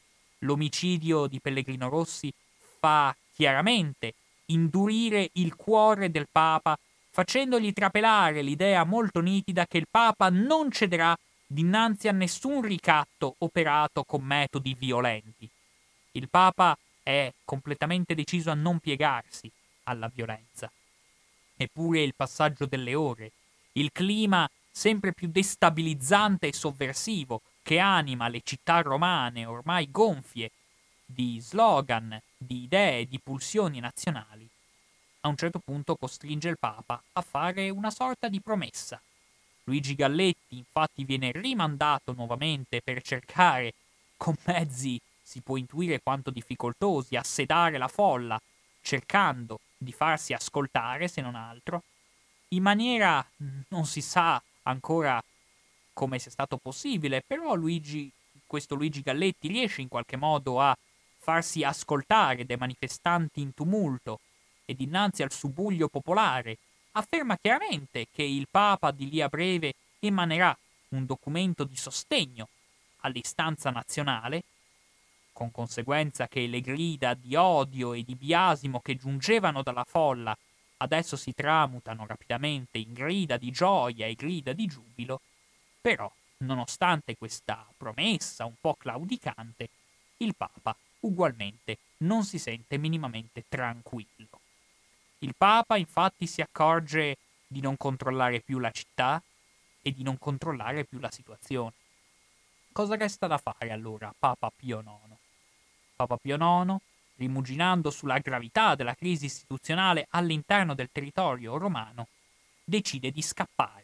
L'omicidio di Pellegrino Rossi fa chiaramente indurire il cuore del Papa, facendogli trapelare l'idea molto nitida che il Papa non cederà dinanzi a nessun ricatto operato con metodi violenti. Il Papa è completamente deciso a non piegarsi alla violenza. Eppure il passaggio delle ore, il clima sempre più destabilizzante e sovversivo che anima le città romane ormai gonfie di slogan, di idee, di pulsioni nazionali, a un certo punto costringe il Papa a fare una sorta di promessa. Luigi Galletti infatti viene rimandato nuovamente per cercare, con mezzi si può intuire quanto difficoltosi, a sedare la folla, cercando di farsi ascoltare, se non altro, in maniera non si sa ancora come sia stato possibile, però questo Luigi Galletti riesce in qualche modo a farsi ascoltare dai manifestanti in tumulto e dinanzi al subbuglio popolare afferma chiaramente che il Papa di lì a breve emanerà un documento di sostegno all'istanza nazionale, con conseguenza che le grida di odio e di biasimo che giungevano dalla folla adesso si tramutano rapidamente in grida di gioia e grida di giubilo, però, nonostante questa promessa un po' claudicante, il Papa ugualmente non si sente minimamente tranquillo. Il Papa infatti si accorge di non controllare più la città e di non controllare più la situazione. Cosa resta da fare allora, Papa Pio IX? Papa Pio IX, rimuginando sulla gravità della crisi istituzionale all'interno del territorio romano, decide di scappare.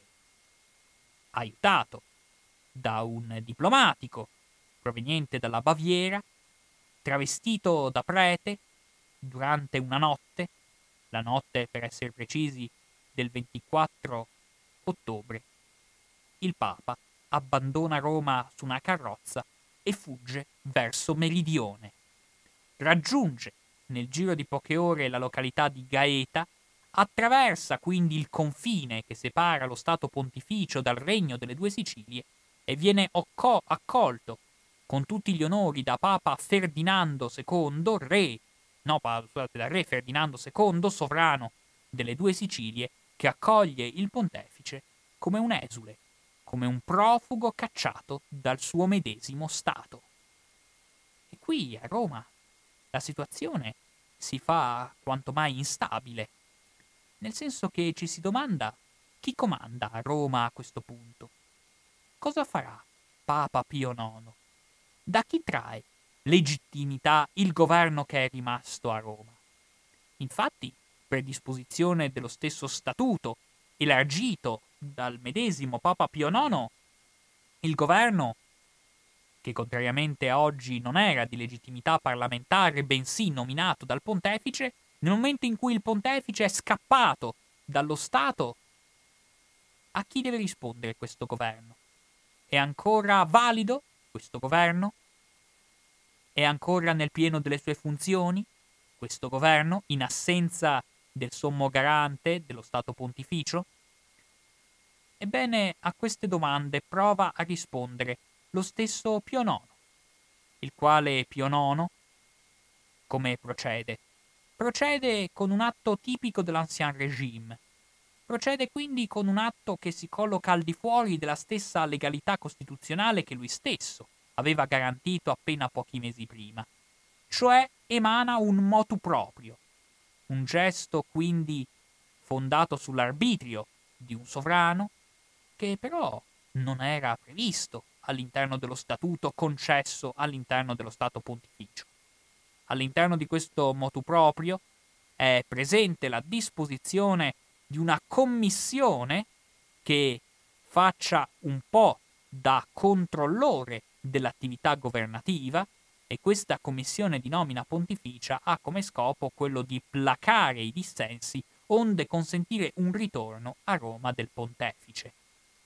Aiutato da un diplomatico proveniente dalla Baviera, travestito da prete, durante una notte, la notte, per essere precisi, del 24 ottobre, il Papa abbandona Roma su una carrozza e fugge verso Meridione. Raggiunge nel giro di poche ore la località di Gaeta, attraversa quindi il confine che separa lo Stato Pontificio dal Regno delle Due Sicilie e viene accolto con tutti gli onori da Papa Ferdinando II, da re Ferdinando II, sovrano delle Due Sicilie, che accoglie il pontefice come un esule, come un profugo cacciato dal suo medesimo Stato. E qui a Roma la situazione si fa quanto mai instabile, nel senso che ci si domanda chi comanda a Roma a questo punto. Cosa farà Papa Pio IX? Da chi trae legittimità il governo che è rimasto a Roma? Infatti, per disposizione dello stesso statuto elargito dal medesimo Papa Pio IX, il governo, che contrariamente a oggi non era di legittimità parlamentare, bensì nominato dal pontefice, nel momento in cui il pontefice è scappato dallo Stato, a chi deve rispondere questo governo? È ancora valido questo governo? È ancora nel pieno delle sue funzioni questo governo, in assenza del sommo garante dello Stato Pontificio? Ebbene, a queste domande prova a rispondere lo stesso Pio IX, il quale Pio IX, come procede? Procede con un atto tipico dell'Ancien Régime. Procede quindi con un atto che si colloca al di fuori della stessa legalità costituzionale che lui stesso aveva garantito appena pochi mesi prima, cioè emana un motu proprio, un gesto quindi fondato sull'arbitrio di un sovrano che però non era previsto all'interno dello statuto concesso all'interno dello Stato Pontificio. All'interno di questo motu proprio è presente la disposizione di una commissione che faccia un po' da controllore dell'attività governativa, e questa commissione di nomina pontificia ha come scopo quello di placare i dissensi onde consentire un ritorno a Roma del pontefice.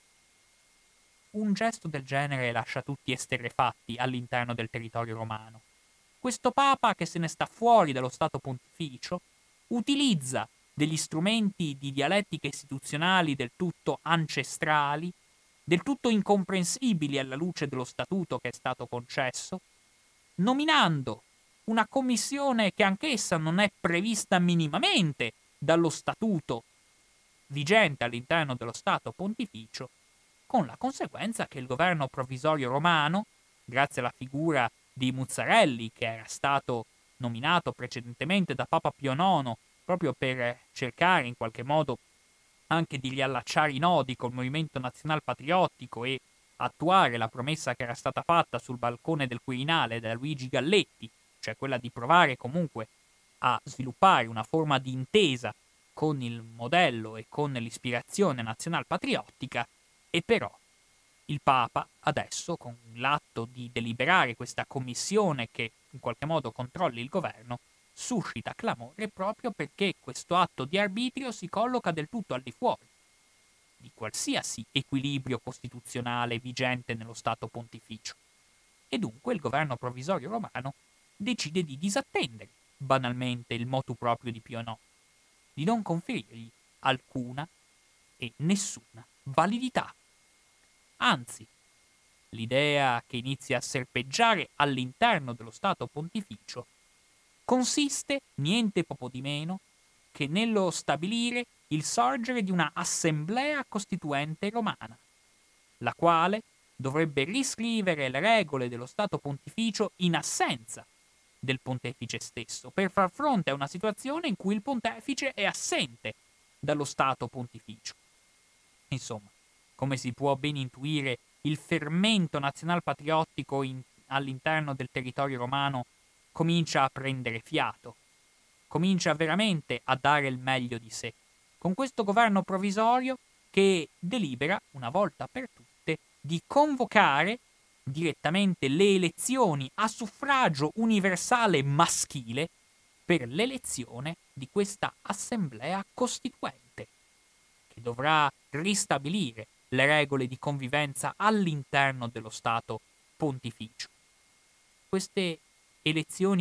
Un gesto del genere lascia tutti esterrefatti all'interno del territorio romano. Questo Papa, che se ne sta fuori dallo Stato Pontificio, utilizza degli strumenti di dialettica istituzionali del tutto ancestrali, del tutto incomprensibili alla luce dello statuto che è stato concesso, nominando una commissione che anch'essa non è prevista minimamente dallo statuto vigente all'interno dello Stato Pontificio, con la conseguenza che il governo provvisorio romano, grazie alla figura di Muzzarelli, che era stato nominato precedentemente da Papa Pio IX proprio per cercare in qualche modo anche di riallacciare i nodi col movimento nazional patriottico e attuare la promessa che era stata fatta sul balcone del Quirinale da Luigi Galletti, cioè quella di provare comunque a sviluppare una forma di intesa con il modello e con l'ispirazione nazional patriottica, e però il Papa adesso, con l'atto di deliberare questa commissione che in qualche modo controlli il governo, suscita clamore proprio perché questo atto di arbitrio si colloca del tutto al di fuori di qualsiasi equilibrio costituzionale vigente nello Stato Pontificio. E dunque il governo provvisorio romano decide di disattendere banalmente il motu proprio di Pio IX, di non conferirgli alcuna e nessuna validità. Anzi, l'idea che inizia a serpeggiare all'interno dello Stato Pontificio consiste niente poco di meno che nello stabilire il sorgere di una assemblea costituente romana, la quale dovrebbe riscrivere le regole dello Stato Pontificio in assenza del pontefice stesso, per far fronte a una situazione in cui il pontefice è assente dallo Stato Pontificio. Insomma, come si può ben intuire, il fermento nazional-patriottico all'interno del territorio romano comincia a prendere fiato, comincia veramente a dare il meglio di sé, con questo governo provvisorio che delibera, una volta per tutte, di convocare direttamente le elezioni a suffragio universale maschile per l'elezione di questa assemblea costituente, che dovrà ristabilire le regole di convivenza all'interno dello Stato pontificio. Queste elezioni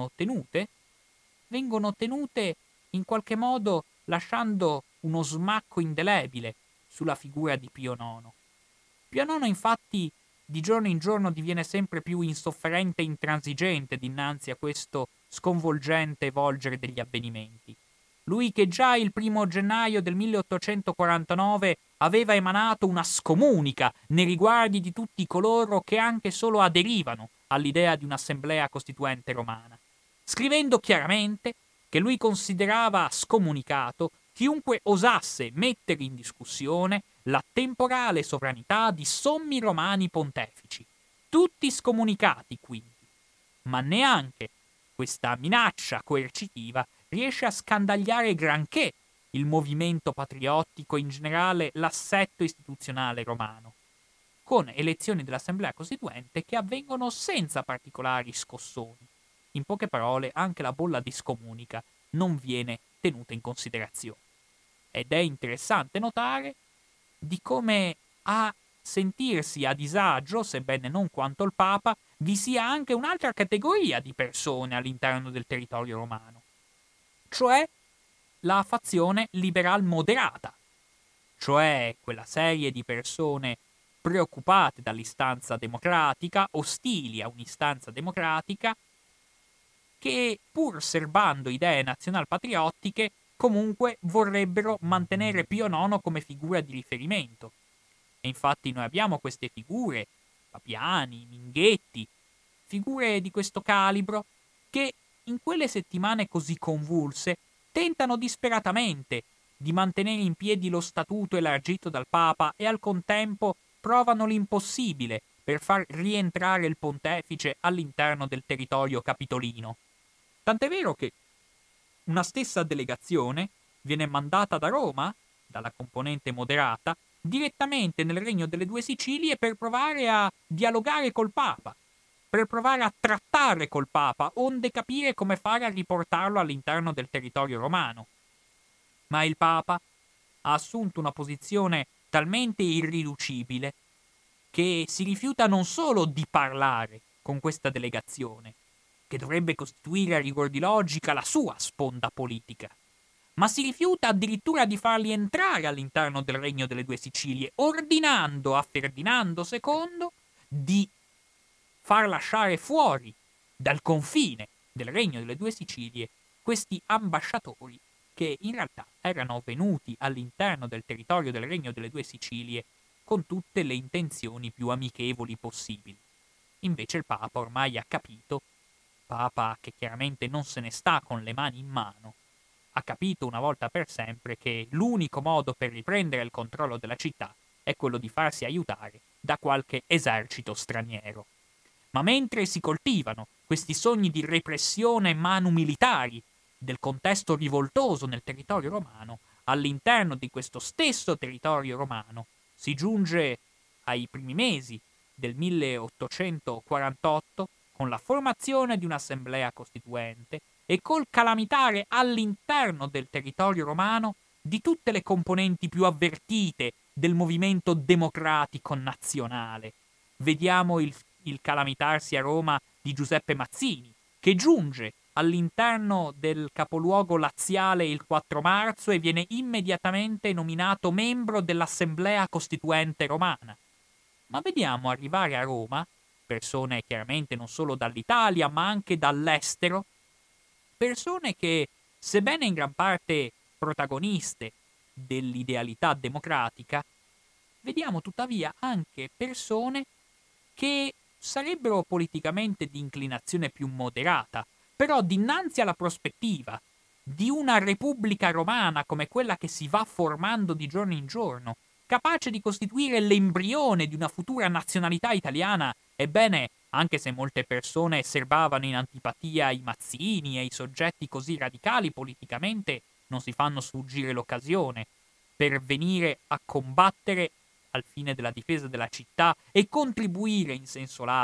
vengono tenute in qualche modo lasciando uno smacco indelebile sulla figura di Pio IX. Pio IX infatti di giorno in giorno diviene sempre più insofferente e intransigente dinanzi a questo sconvolgente volgere degli avvenimenti. Lui che già il 1° gennaio del 1849 aveva emanato una scomunica nei riguardi di tutti coloro che anche solo aderivano all'idea di un'assemblea costituente romana, scrivendo chiaramente che lui considerava scomunicato chiunque osasse mettere in discussione la temporale sovranità di sommi romani pontefici, tutti scomunicati quindi, ma neanche questa minaccia coercitiva riesce a scandagliare granché il movimento patriottico e in generale l'assetto istituzionale romano, con elezioni dell'Assemblea Costituente che avvengono senza particolari scossoni. In poche parole, anche la bolla di scomunica non viene tenuta in considerazione. Ed è interessante notare di come a sentirsi a disagio, sebbene non quanto il Papa, vi sia anche un'altra categoria di persone all'interno del territorio romano, cioè la fazione liberal moderata, cioè quella serie di persone preoccupate dall'istanza democratica, ostili a un'istanza democratica, che pur serbando idee nazionalpatriottiche comunque vorrebbero mantenere Pio IX come figura di riferimento. E infatti noi abbiamo queste figure, Papiani, Minghetti, figure di questo calibro che in quelle settimane così convulse tentano disperatamente di mantenere in piedi lo statuto elargito dal Papa e al contempo provano l'impossibile per far rientrare il pontefice all'interno del territorio capitolino. Tant'è vero che una stessa delegazione viene mandata da Roma, dalla componente moderata, direttamente nel Regno delle Due Sicilie per provare a dialogare col Papa, per provare a trattare col Papa, onde capire come fare a riportarlo all'interno del territorio romano. Ma il Papa ha assunto una posizione talmente irriducibile che si rifiuta non solo di parlare con questa delegazione, che dovrebbe costituire a rigor di logica la sua sponda politica, ma si rifiuta addirittura di farli entrare all'interno del Regno delle Due Sicilie, ordinando a Ferdinando II di far lasciare fuori dal confine del Regno delle Due Sicilie questi ambasciatori che in realtà erano venuti all'interno del territorio del Regno delle Due Sicilie con tutte le intenzioni più amichevoli possibili. Invece il Papa ormai ha capito, Papa che chiaramente non se ne sta con le mani in mano, ha capito una volta per sempre che l'unico modo per riprendere il controllo della città è quello di farsi aiutare da qualche esercito straniero. Ma mentre si coltivano questi sogni di repressione manu militari del contesto rivoltoso nel territorio romano, all'interno di questo stesso territorio romano si giunge ai primi mesi del 1848 con la formazione di un'assemblea costituente e col calamitare all'interno del territorio romano di tutte le componenti più avvertite del movimento democratico nazionale. Vediamo il calamitarsi a Roma di Giuseppe Mazzini, che giunge all'interno del capoluogo laziale il 4 marzo e viene immediatamente nominato membro dell'Assemblea Costituente Romana. Ma vediamo arrivare a Roma persone chiaramente non solo dall'Italia ma anche dall'estero, persone che, sebbene in gran parte protagoniste dell'idealità democratica, vediamo tuttavia anche persone che sarebbero politicamente di inclinazione più moderata, però dinanzi alla prospettiva di una repubblica romana come quella che si va formando di giorno in giorno, capace di costituire l'embrione di una futura nazionalità italiana, ebbene, anche se molte persone serbavano in antipatia i Mazzini e i soggetti così radicali politicamente, non si fanno sfuggire l'occasione per venire a combattere al fine della difesa della città e contribuire in senso lato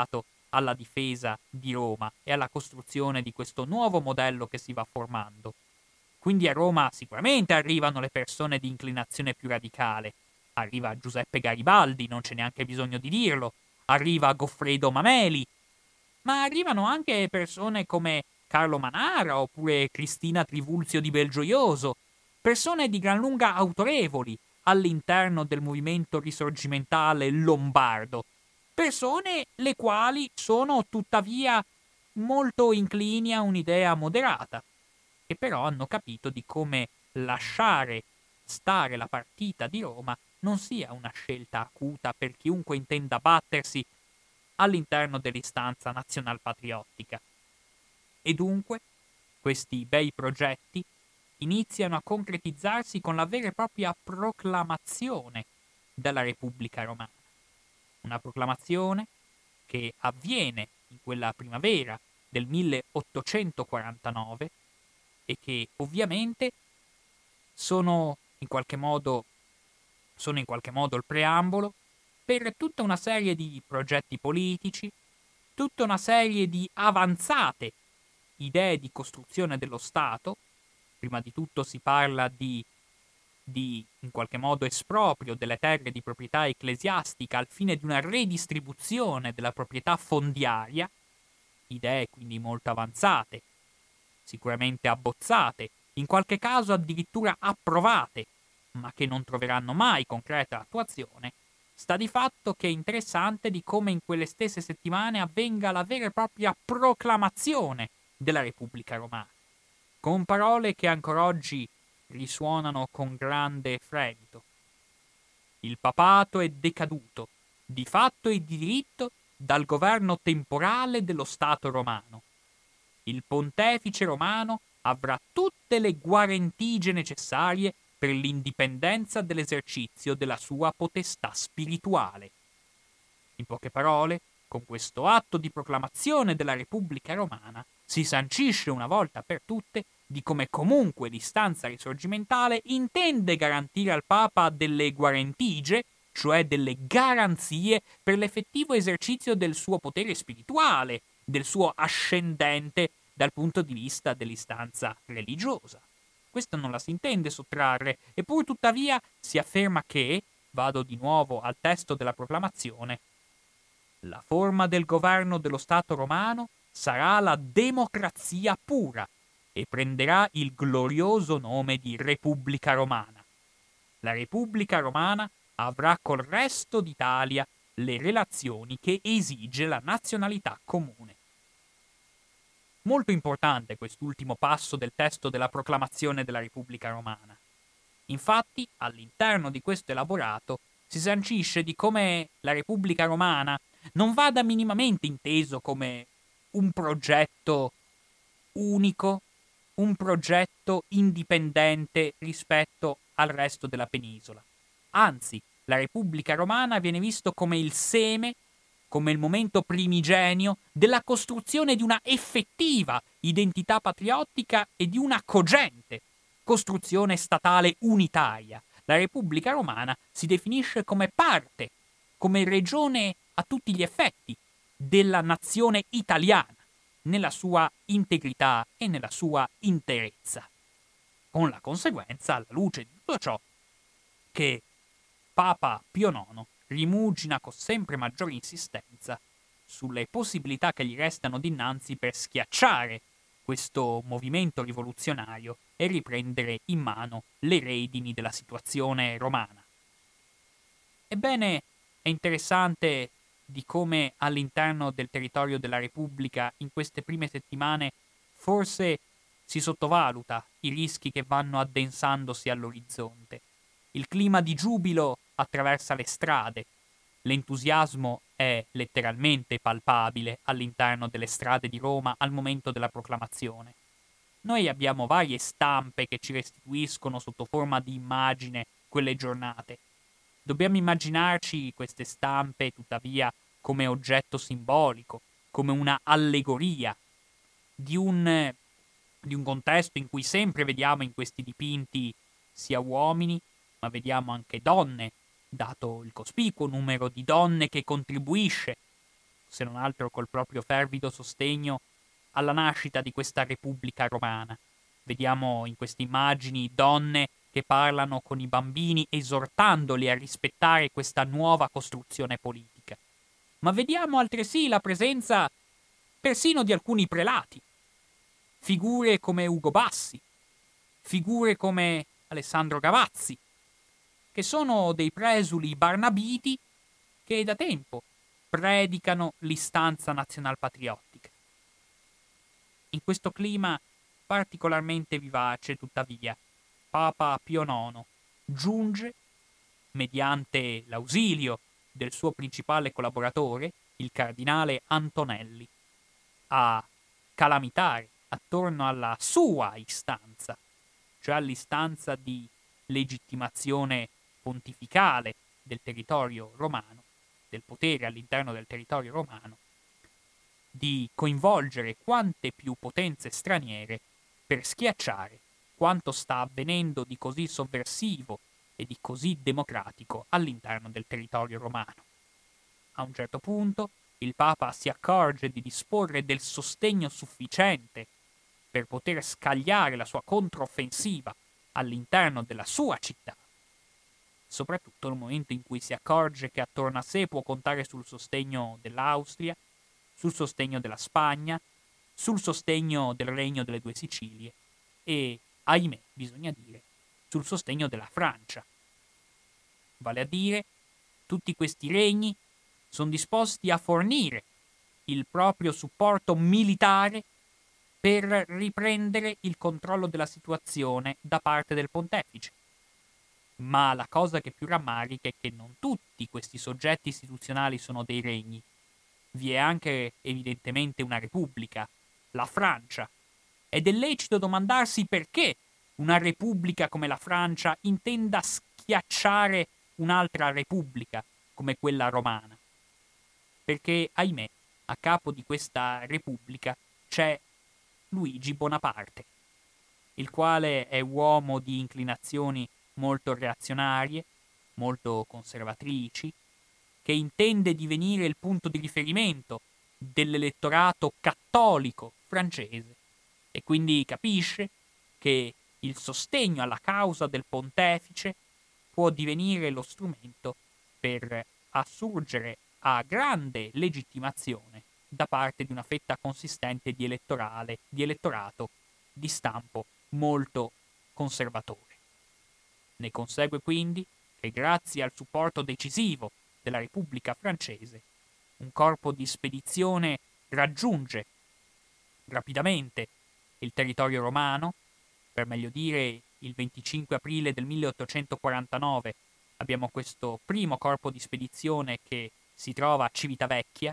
alla difesa di Roma e alla costruzione di questo nuovo modello che si va formando. Quindi a Roma sicuramente arrivano le persone di inclinazione più radicale. Arriva Giuseppe Garibaldi, non c'è neanche bisogno di dirlo. Arriva Goffredo Mameli. Ma arrivano anche persone come Carlo Manara oppure Cristina Trivulzio di Belgioioso. Persone di gran lunga autorevoli all'interno del movimento risorgimentale lombardo. Persone le quali sono tuttavia molto inclini a un'idea moderata, che però hanno capito di come lasciare stare la partita di Roma non sia una scelta acuta per chiunque intenda battersi all'interno dell'istanza nazionalpatriottica. E dunque questi bei progetti iniziano a concretizzarsi con la vera e propria proclamazione della Repubblica Romana. Una proclamazione che avviene in quella primavera del 1849 e che ovviamente sono in qualche modo il preambolo per tutta una serie di progetti politici, tutta una serie di avanzate idee di costruzione dello Stato. Prima di tutto si parla di in qualche modo esproprio delle terre di proprietà ecclesiastica al fine di una redistribuzione della proprietà fondiaria, idee quindi molto avanzate, sicuramente abbozzate, in qualche caso addirittura approvate, ma che non troveranno mai concreta attuazione. Sta di fatto che è interessante di come in quelle stesse settimane avvenga la vera e propria proclamazione della Repubblica Romana, con parole che ancora oggi risuonano con grande fremito. Il papato è decaduto, di fatto e di diritto, dal governo temporale dello Stato romano. Il pontefice romano avrà tutte le guarentigie necessarie per l'indipendenza dell'esercizio della sua potestà spirituale. In poche parole, con questo atto di proclamazione della Repubblica Romana si sancisce una volta per tutte di come comunque l'istanza risorgimentale intende garantire al Papa delle guarentigie, cioè delle garanzie per l'effettivo esercizio del suo potere spirituale, del suo ascendente dal punto di vista dell'istanza religiosa. Questo non la si intende sottrarre, eppure tuttavia si afferma che, vado di nuovo al testo della proclamazione, la forma del governo dello Stato romano sarà la democrazia pura e prenderà il glorioso nome di Repubblica Romana. La Repubblica Romana avrà col resto d'Italia le relazioni che esige la nazionalità comune. Molto importante quest'ultimo passo del testo della proclamazione della Repubblica Romana. Infatti, all'interno di questo elaborato si sancisce di come la Repubblica Romana non vada minimamente inteso come un progetto unico, un progetto indipendente rispetto al resto della penisola. Anzi, la Repubblica Romana viene visto come il seme, come il momento primigenio della costruzione di una effettiva identità patriottica e di una cogente costruzione statale unitaria. La Repubblica Romana si definisce come parte, come regione a tutti gli effetti della nazione italiana, nella sua integrità e nella sua interezza. Con la conseguenza, alla luce di tutto ciò, che Papa Pio IX rimugina con sempre maggiore insistenza sulle possibilità che gli restano dinanzi per schiacciare questo movimento rivoluzionario e riprendere in mano le redini della situazione romana. Ebbene, è interessante di come all'interno del territorio della Repubblica in queste prime settimane forse si sottovaluta i rischi che vanno addensandosi all'orizzonte. Il clima di giubilo attraversa le strade, l'entusiasmo è letteralmente palpabile all'interno delle strade di Roma al momento della proclamazione. Noi abbiamo varie stampe che ci restituiscono sotto forma di immagine quelle giornate. Dobbiamo immaginarci queste stampe, tuttavia, come oggetto simbolico, come una allegoria di un contesto in cui sempre vediamo in questi dipinti sia uomini, ma vediamo anche donne, dato il cospicuo numero di donne che contribuisce se non altro col proprio fervido sostegno alla nascita di questa Repubblica Romana. Vediamo in queste immagini donne che parlano con i bambini esortandoli a rispettare questa nuova costruzione politica. Ma vediamo altresì la presenza persino di alcuni prelati, figure come Ugo Bassi, figure come Alessandro Gavazzi, che sono dei presuli barnabiti che da tempo predicano l'istanza nazionalpatriottica. In questo clima particolarmente vivace, tuttavia, Papa Pio IX giunge, mediante l'ausilio del suo principale collaboratore, il cardinale Antonelli, a calamitare attorno alla sua istanza, cioè all'istanza di legittimazione pontificale del territorio romano, del potere all'interno del territorio romano, di coinvolgere quante più potenze straniere per schiacciare quanto sta avvenendo di così sovversivo e di così democratico all'interno del territorio romano. A un certo punto il Papa si accorge di disporre del sostegno sufficiente per poter scagliare la sua controffensiva all'interno della sua città, soprattutto nel momento in cui si accorge che attorno a sé può contare sul sostegno dell'Austria, sul sostegno della Spagna, sul sostegno del Regno delle Due Sicilie e, ahimè, bisogna dire, sul sostegno della Francia. Vale a dire, tutti questi regni sono disposti a fornire il proprio supporto militare per riprendere il controllo della situazione da parte del pontefice. Ma la cosa che più rammarica è che non tutti questi soggetti istituzionali sono dei regni. Vi è anche evidentemente una repubblica, la Francia. Ed è lecito domandarsi perché una repubblica come la Francia intenda schiacciare un'altra repubblica come quella romana. Perché, ahimè, a capo di questa repubblica c'è Luigi Bonaparte, il quale è uomo di inclinazioni molto reazionarie, molto conservatrici, che intende divenire il punto di riferimento dell'elettorato cattolico francese e quindi capisce che il sostegno alla causa del pontefice può divenire lo strumento per assurgere a grande legittimazione da parte di una fetta consistente di elettorato di stampo molto conservatore. Ne consegue quindi che grazie al supporto decisivo della Repubblica francese, un corpo di spedizione raggiunge rapidamente il territorio romano, per meglio dire il 25 aprile del 1849 abbiamo questo primo corpo di spedizione che si trova a Civitavecchia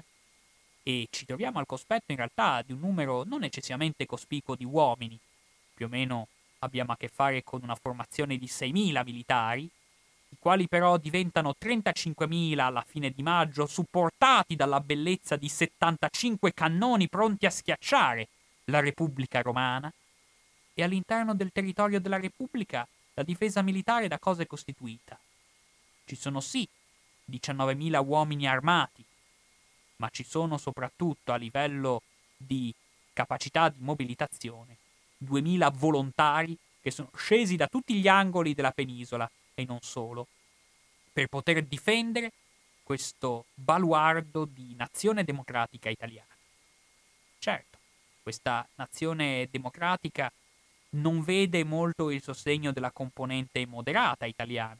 e ci troviamo al cospetto in realtà di un numero non eccessivamente cospicuo di uomini, più o meno abbiamo a che fare con una formazione di 6.000 militari, i quali però diventano 35.000 alla fine di maggio, supportati dalla bellezza di 75 cannoni pronti a schiacciare la Repubblica Romana, e all'interno del territorio della Repubblica la difesa militare da cosa è costituita? Ci sono sì 19.000 uomini armati, ma ci sono soprattutto a livello di capacità di mobilitazione 2.000 volontari che sono scesi da tutti gli angoli della penisola e non solo, per poter difendere questo baluardo di nazione democratica italiana. Certo, questa nazione democratica non vede molto il sostegno della componente moderata italiana,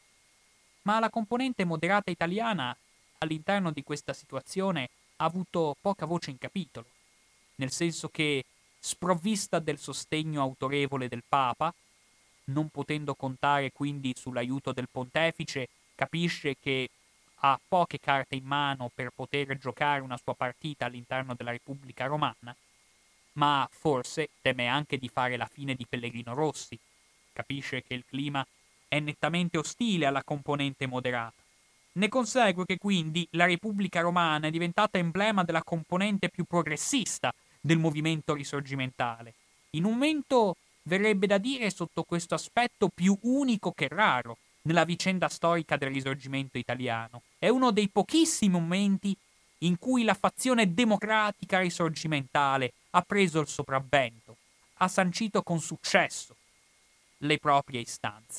ma la componente moderata italiana all'interno di questa situazione ha avuto poca voce in capitolo, nel senso che, sprovvista del sostegno autorevole del Papa, non potendo contare quindi sull'aiuto del pontefice, capisce che ha poche carte in mano per poter giocare una sua partita all'interno della Repubblica Romana, ma forse teme anche di fare la fine di Pellegrino Rossi. Capisce che il clima è nettamente ostile alla componente moderata. Ne consegue che quindi la Repubblica Romana è diventata emblema della componente più progressista del movimento risorgimentale, in un momento, verrebbe da dire sotto questo aspetto, più unico che raro nella vicenda storica del risorgimento italiano. È uno dei pochissimi momenti in cui la fazione democratica risorgimentale ha preso il sopravvento, ha sancito con successo le proprie istanze.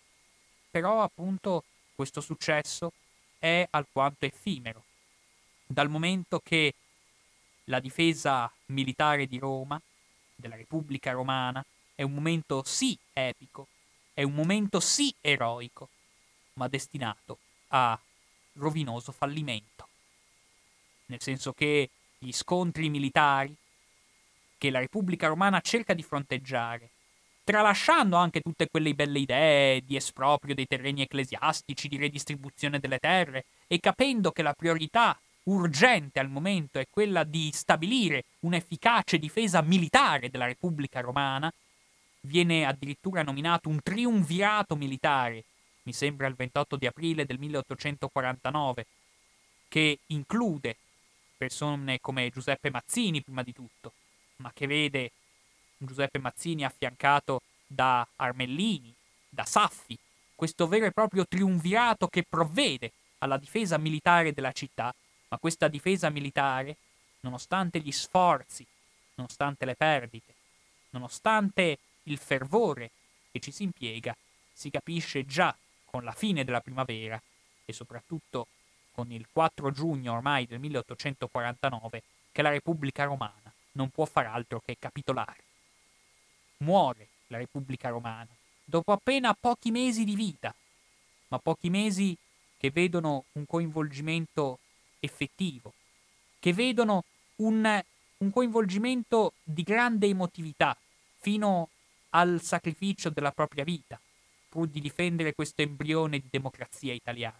Però appunto questo successo è alquanto effimero, dal momento che la difesa militare di Roma, della Repubblica Romana, è un momento sì epico, è un momento sì eroico, ma destinato a rovinoso fallimento. Nel senso che gli scontri militari che la Repubblica Romana cerca di fronteggiare, tralasciando anche tutte quelle belle idee di esproprio dei terreni ecclesiastici, di redistribuzione delle terre, e capendo che la priorità urgente al momento è quella di stabilire un'efficace difesa militare della Repubblica Romana, viene addirittura nominato un triumvirato militare, mi sembra il 28 di aprile del 1849, che include persone come Giuseppe Mazzini prima di tutto, ma che vede Giuseppe Mazzini affiancato da Armellini, da Saffi, questo vero e proprio triumvirato che provvede alla difesa militare della città, ma questa difesa militare, nonostante gli sforzi, nonostante le perdite, nonostante il fervore che ci si impiega, si capisce già con la fine della primavera e soprattutto con il 4 giugno ormai del 1849 che la Repubblica Romana non può far altro che capitolare. Muore la Repubblica Romana dopo appena pochi mesi di vita, ma pochi mesi che vedono un coinvolgimento effettivo, che vedono un coinvolgimento di grande emotività fino al sacrificio della propria vita, pur di difendere questo embrione di democrazia italiana.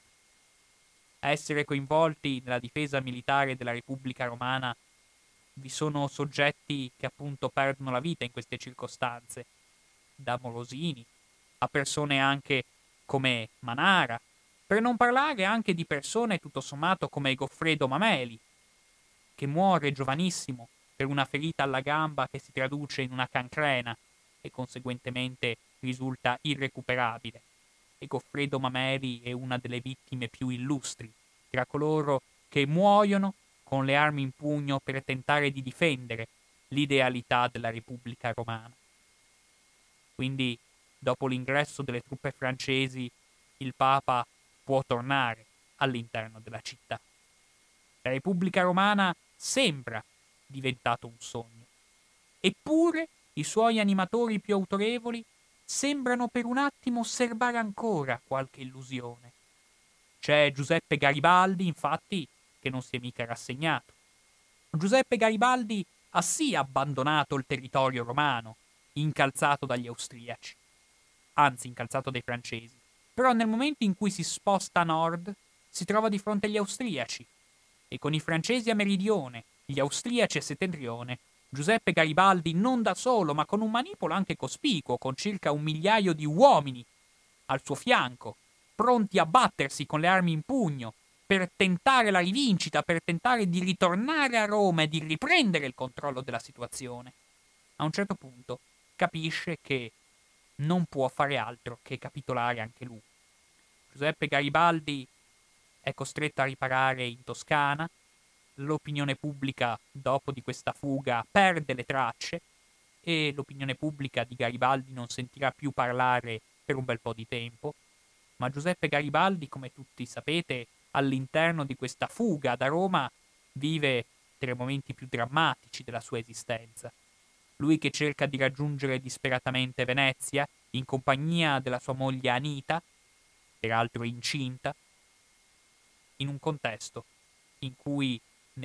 A essere coinvolti nella difesa militare della Repubblica Romana vi sono soggetti che appunto perdono la vita in queste circostanze, da Morosini a persone anche come Manara, per non parlare anche di persone tutto sommato come Goffredo Mameli, che muore giovanissimo per una ferita alla gamba che si traduce in una cancrena e conseguentemente risulta irrecuperabile. E Goffredo Mameli è una delle vittime più illustri tra coloro che muoiono con le armi in pugno per tentare di difendere l'idealità della Repubblica Romana. Quindi, dopo l'ingresso delle truppe francesi, il Papa può tornare all'interno della città. La Repubblica Romana sembra diventato un sogno. Eppure i suoi animatori più autorevoli sembrano per un attimo osservare ancora qualche illusione. C'è Giuseppe Garibaldi, infatti, che non si è mica rassegnato. Giuseppe Garibaldi ha sì abbandonato il territorio romano, incalzato dagli austriaci, anzi incalzato dai francesi, però nel momento in cui si sposta a nord si trova di fronte agli austriaci e con i francesi a meridione, gli austriaci a settentrione, Giuseppe Garibaldi non da solo ma con un manipolo anche cospicuo, con circa 1 migliaio di uomini al suo fianco, pronti a battersi con le armi in pugno per tentare la rivincita, per tentare di ritornare a Roma e di riprendere il controllo della situazione. A un certo punto capisce che non può fare altro che capitolare anche lui. Giuseppe Garibaldi è costretto a riparare in Toscana, l'opinione pubblica dopo di questa fuga perde le tracce e l'opinione pubblica di Garibaldi non sentirà più parlare per un bel po' di tempo, ma Giuseppe Garibaldi, come tutti sapete, all'interno di questa fuga da Roma vive tra i momenti più drammatici della sua esistenza. Lui che cerca di raggiungere disperatamente Venezia in compagnia della sua moglie Anita, peraltro incinta, in un contesto in cui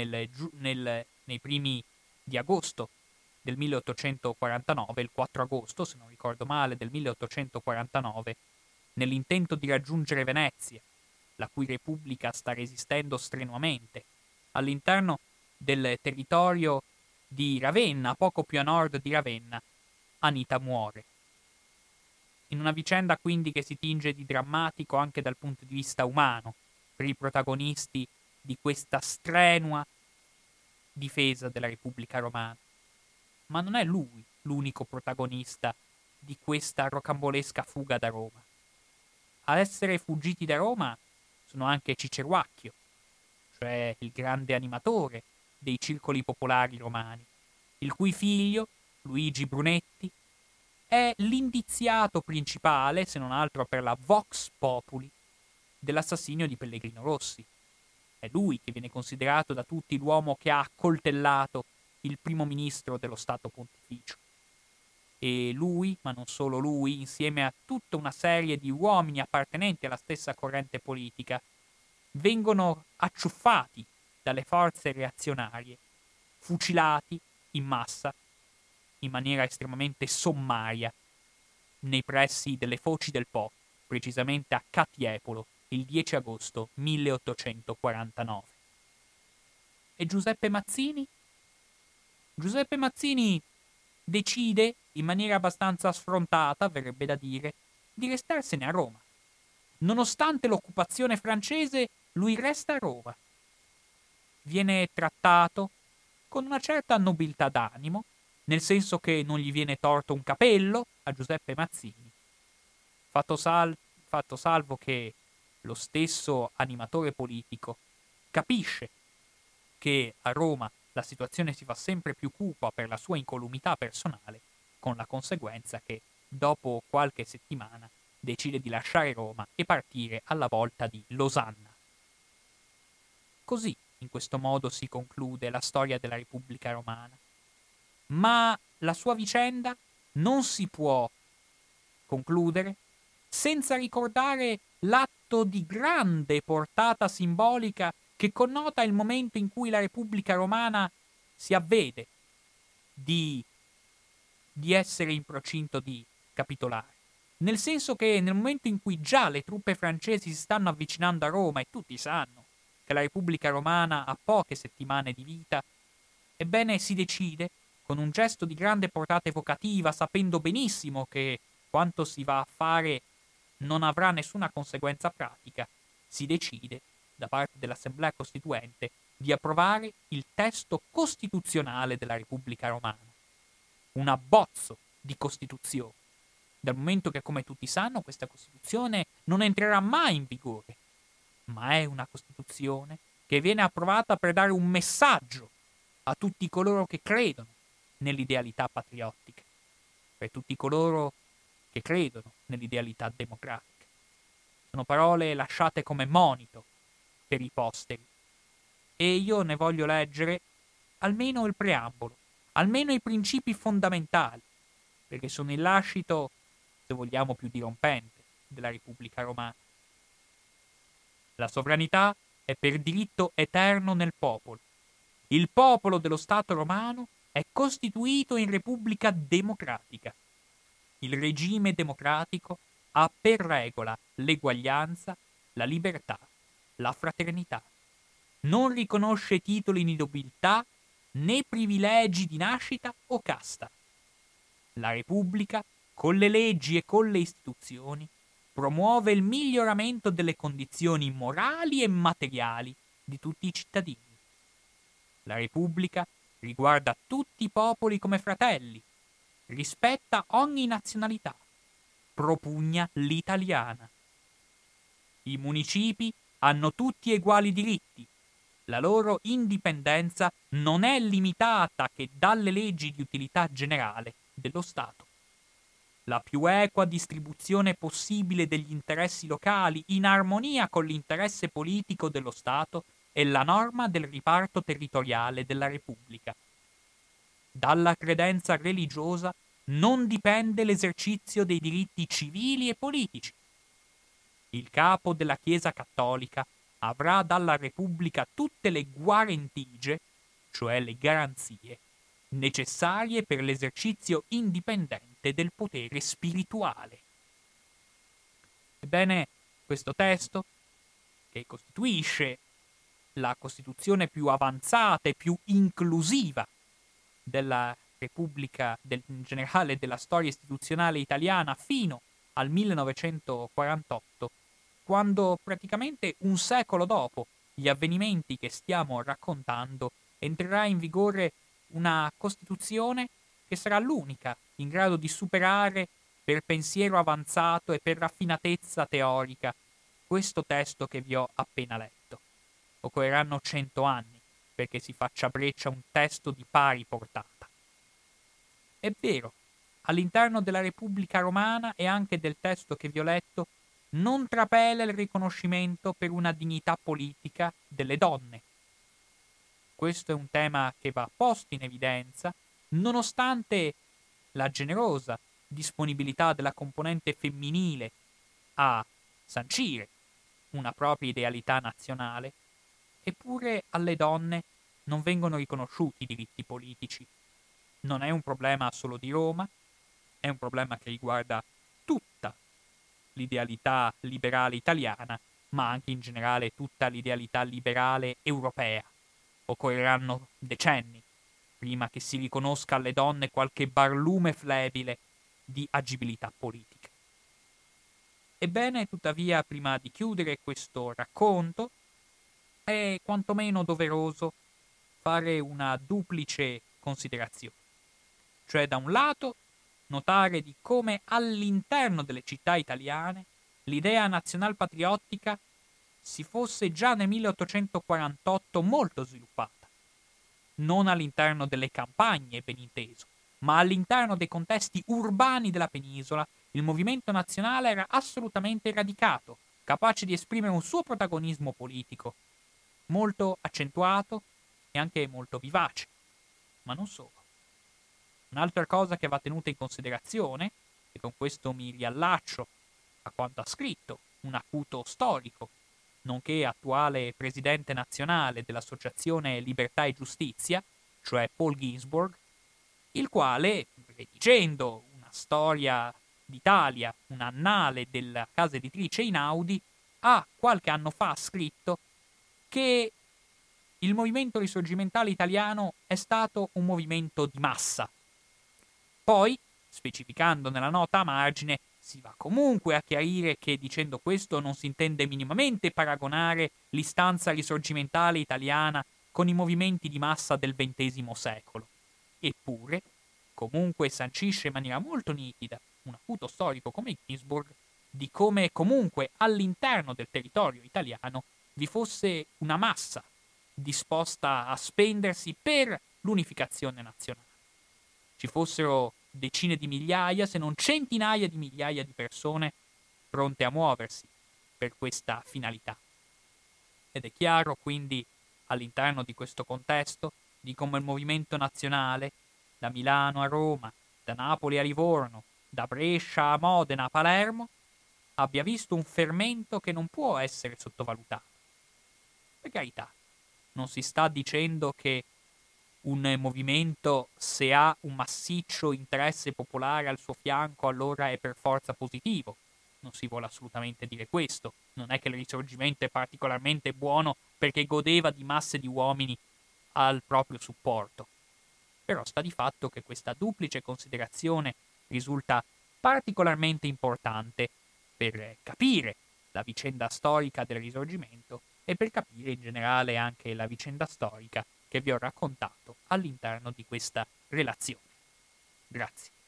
nei primi di agosto del 1849, il 4 agosto, se non ricordo male, del 1849, nell'intento di raggiungere Venezia, la cui Repubblica sta resistendo strenuamente, all'interno del territorio di Ravenna, poco più a nord di Ravenna, Anita muore. In una vicenda quindi che si tinge di drammatico anche dal punto di vista umano, per i protagonisti di questa strenua difesa della Repubblica Romana. Ma non è lui l'unico protagonista di questa rocambolesca fuga da Roma. A essere fuggiti da Roma sono anche Ciceruacchio, cioè il grande animatore dei circoli popolari romani, il cui figlio, Luigi Brunetti, è l'indiziato principale, se non altro per la Vox Populi, dell'assassinio di Pellegrino Rossi. È lui che viene considerato da tutti l'uomo che ha accoltellato il primo ministro dello Stato Pontificio. E lui, ma non solo lui, insieme a tutta una serie di uomini appartenenti alla stessa corrente politica, vengono acciuffati dalle forze reazionarie, fucilati in massa, in maniera estremamente sommaria, nei pressi delle Foci del Po, precisamente a Catiepolo, il 10 agosto 1849. E Giuseppe Mazzini? Giuseppe Mazzini decide, in maniera abbastanza sfrontata, verrebbe da dire, di restarsene a Roma. Nonostante l'occupazione francese, lui resta a Roma. Viene trattato con una certa nobiltà d'animo, nel senso che non gli viene torto un capello a Giuseppe Mazzini, fatto salvo che lo stesso animatore politico capisce che a Roma la situazione si fa sempre più cupa per la sua incolumità personale, con la conseguenza che dopo qualche settimana decide di lasciare Roma e partire alla volta di Losanna. Così, in questo modo, si conclude la storia della Repubblica Romana. Ma la sua vicenda non si può concludere senza ricordare l'atto di grande portata simbolica che connota il momento in cui la Repubblica Romana si avvede di essere in procinto di capitolare. Nel senso che nel momento in cui già le truppe francesi si stanno avvicinando a Roma e tutti sanno che la Repubblica Romana ha poche settimane di vita, ebbene si decide, con un gesto di grande portata evocativa, sapendo benissimo che quanto si va a fare non avrà nessuna conseguenza pratica, si decide, da parte dell'Assemblea Costituente, di approvare il testo costituzionale della Repubblica Romana. Un abbozzo di Costituzione, dal momento che, come tutti sanno, questa Costituzione non entrerà mai in vigore, ma è una Costituzione che viene approvata per dare un messaggio a tutti coloro che credono nell'idealità patriottica, per tutti coloro che credono nell'idealità democratica. Sono parole lasciate come monito per i posteri. E io ne voglio leggere almeno il preambolo, almeno i principi fondamentali, perché sono il lascito, se vogliamo, più dirompente della Repubblica Romana. La sovranità è per diritto eterno nel popolo. Il popolo dello Stato romano è costituito in Repubblica democratica. Il regime democratico ha per regola l'eguaglianza, la libertà, la fraternità. Non riconosce titoli di nobiltà né privilegi di nascita o casta. La Repubblica, con le leggi e con le istituzioni, promuove il miglioramento delle condizioni morali e materiali di tutti i cittadini. La Repubblica riguarda tutti i popoli come fratelli, rispetta ogni nazionalità, propugna l'italiana. I municipi hanno tutti eguali diritti. La loro indipendenza non è limitata che dalle leggi di utilità generale dello Stato. La più equa distribuzione possibile degli interessi locali in armonia con l'interesse politico dello Stato è la norma del riparto territoriale della Repubblica. Dalla credenza religiosa non dipende l'esercizio dei diritti civili e politici. Il capo della Chiesa Cattolica avrà dalla Repubblica tutte le guarentigie, cioè le garanzie, necessarie per l'esercizio indipendente del potere spirituale. Ebbene, questo testo, che costituisce la Costituzione più avanzata e più inclusiva della Repubblica, in generale della storia istituzionale italiana, fino al 1948, quando praticamente un secolo dopo gli avvenimenti che stiamo raccontando entrerà in vigore una Costituzione che sarà l'unica in grado di superare per pensiero avanzato e per raffinatezza teorica questo testo che vi ho appena letto. occorreranno 100 anni perché si faccia breccia un testo di pari portata. È vero, all'interno della Repubblica Romana e anche del testo che vi ho letto non trapela il riconoscimento per una dignità politica delle donne. Questo è un tema che va posto in evidenza, nonostante la generosa disponibilità della componente femminile a sancire una propria idealità nazionale, eppure alle donne non vengono riconosciuti i diritti politici. Non è un problema solo di Roma, è un problema che riguarda tutta l'idealità liberale italiana, ma anche in generale tutta l'idealità liberale europea. Occorreranno decenni prima che si riconosca alle donne qualche barlume flebile di agibilità politica. Ebbene, tuttavia, prima di chiudere questo racconto, è quantomeno doveroso fare una duplice considerazione. Cioè, da un lato, notare di come all'interno delle città italiane l'idea nazionalpatriottica si fosse già nel 1848 molto sviluppata, non all'interno delle campagne, ben inteso, ma all'interno dei contesti urbani della penisola. Il movimento nazionale era assolutamente radicato, capace di esprimere un suo protagonismo politico, molto accentuato e anche molto vivace. Ma non solo. Un'altra cosa che va tenuta in considerazione, e con questo mi riallaccio a quanto ha scritto un acuto storico, nonché attuale presidente nazionale dell'Associazione Libertà e Giustizia, cioè Paul Ginsburg, il quale, redigendo una storia d'Italia, un annale della casa editrice Einaudi, ha qualche anno fa scritto che il movimento risorgimentale italiano è stato un movimento di massa. Poi, specificando nella nota a margine, si va comunque a chiarire che dicendo questo non si intende minimamente paragonare l'istanza risorgimentale italiana con i movimenti di massa del XX secolo. Eppure, comunque sancisce in maniera molto nitida un acuto storico come Ginsburg di come comunque all'interno del territorio italiano vi fosse una massa disposta a spendersi per l'unificazione nazionale. Ci fossero decine di migliaia, se non centinaia di migliaia di persone pronte a muoversi per questa finalità. Ed è chiaro quindi all'interno di questo contesto di come il movimento nazionale, da Milano a Roma, da Napoli a Livorno, da Brescia a Modena a Palermo, abbia visto un fermento che non può essere sottovalutato. Per carità, non si sta dicendo che un movimento, se ha un massiccio interesse popolare al suo fianco, allora è per forza positivo. Non si vuole assolutamente dire questo. Non è che il risorgimento è particolarmente buono perché godeva di masse di uomini al proprio supporto. Però sta di fatto che questa duplice considerazione risulta particolarmente importante per capire la vicenda storica del risorgimento e per capire in generale anche la vicenda storica che vi ho raccontato all'interno di questa relazione. Grazie.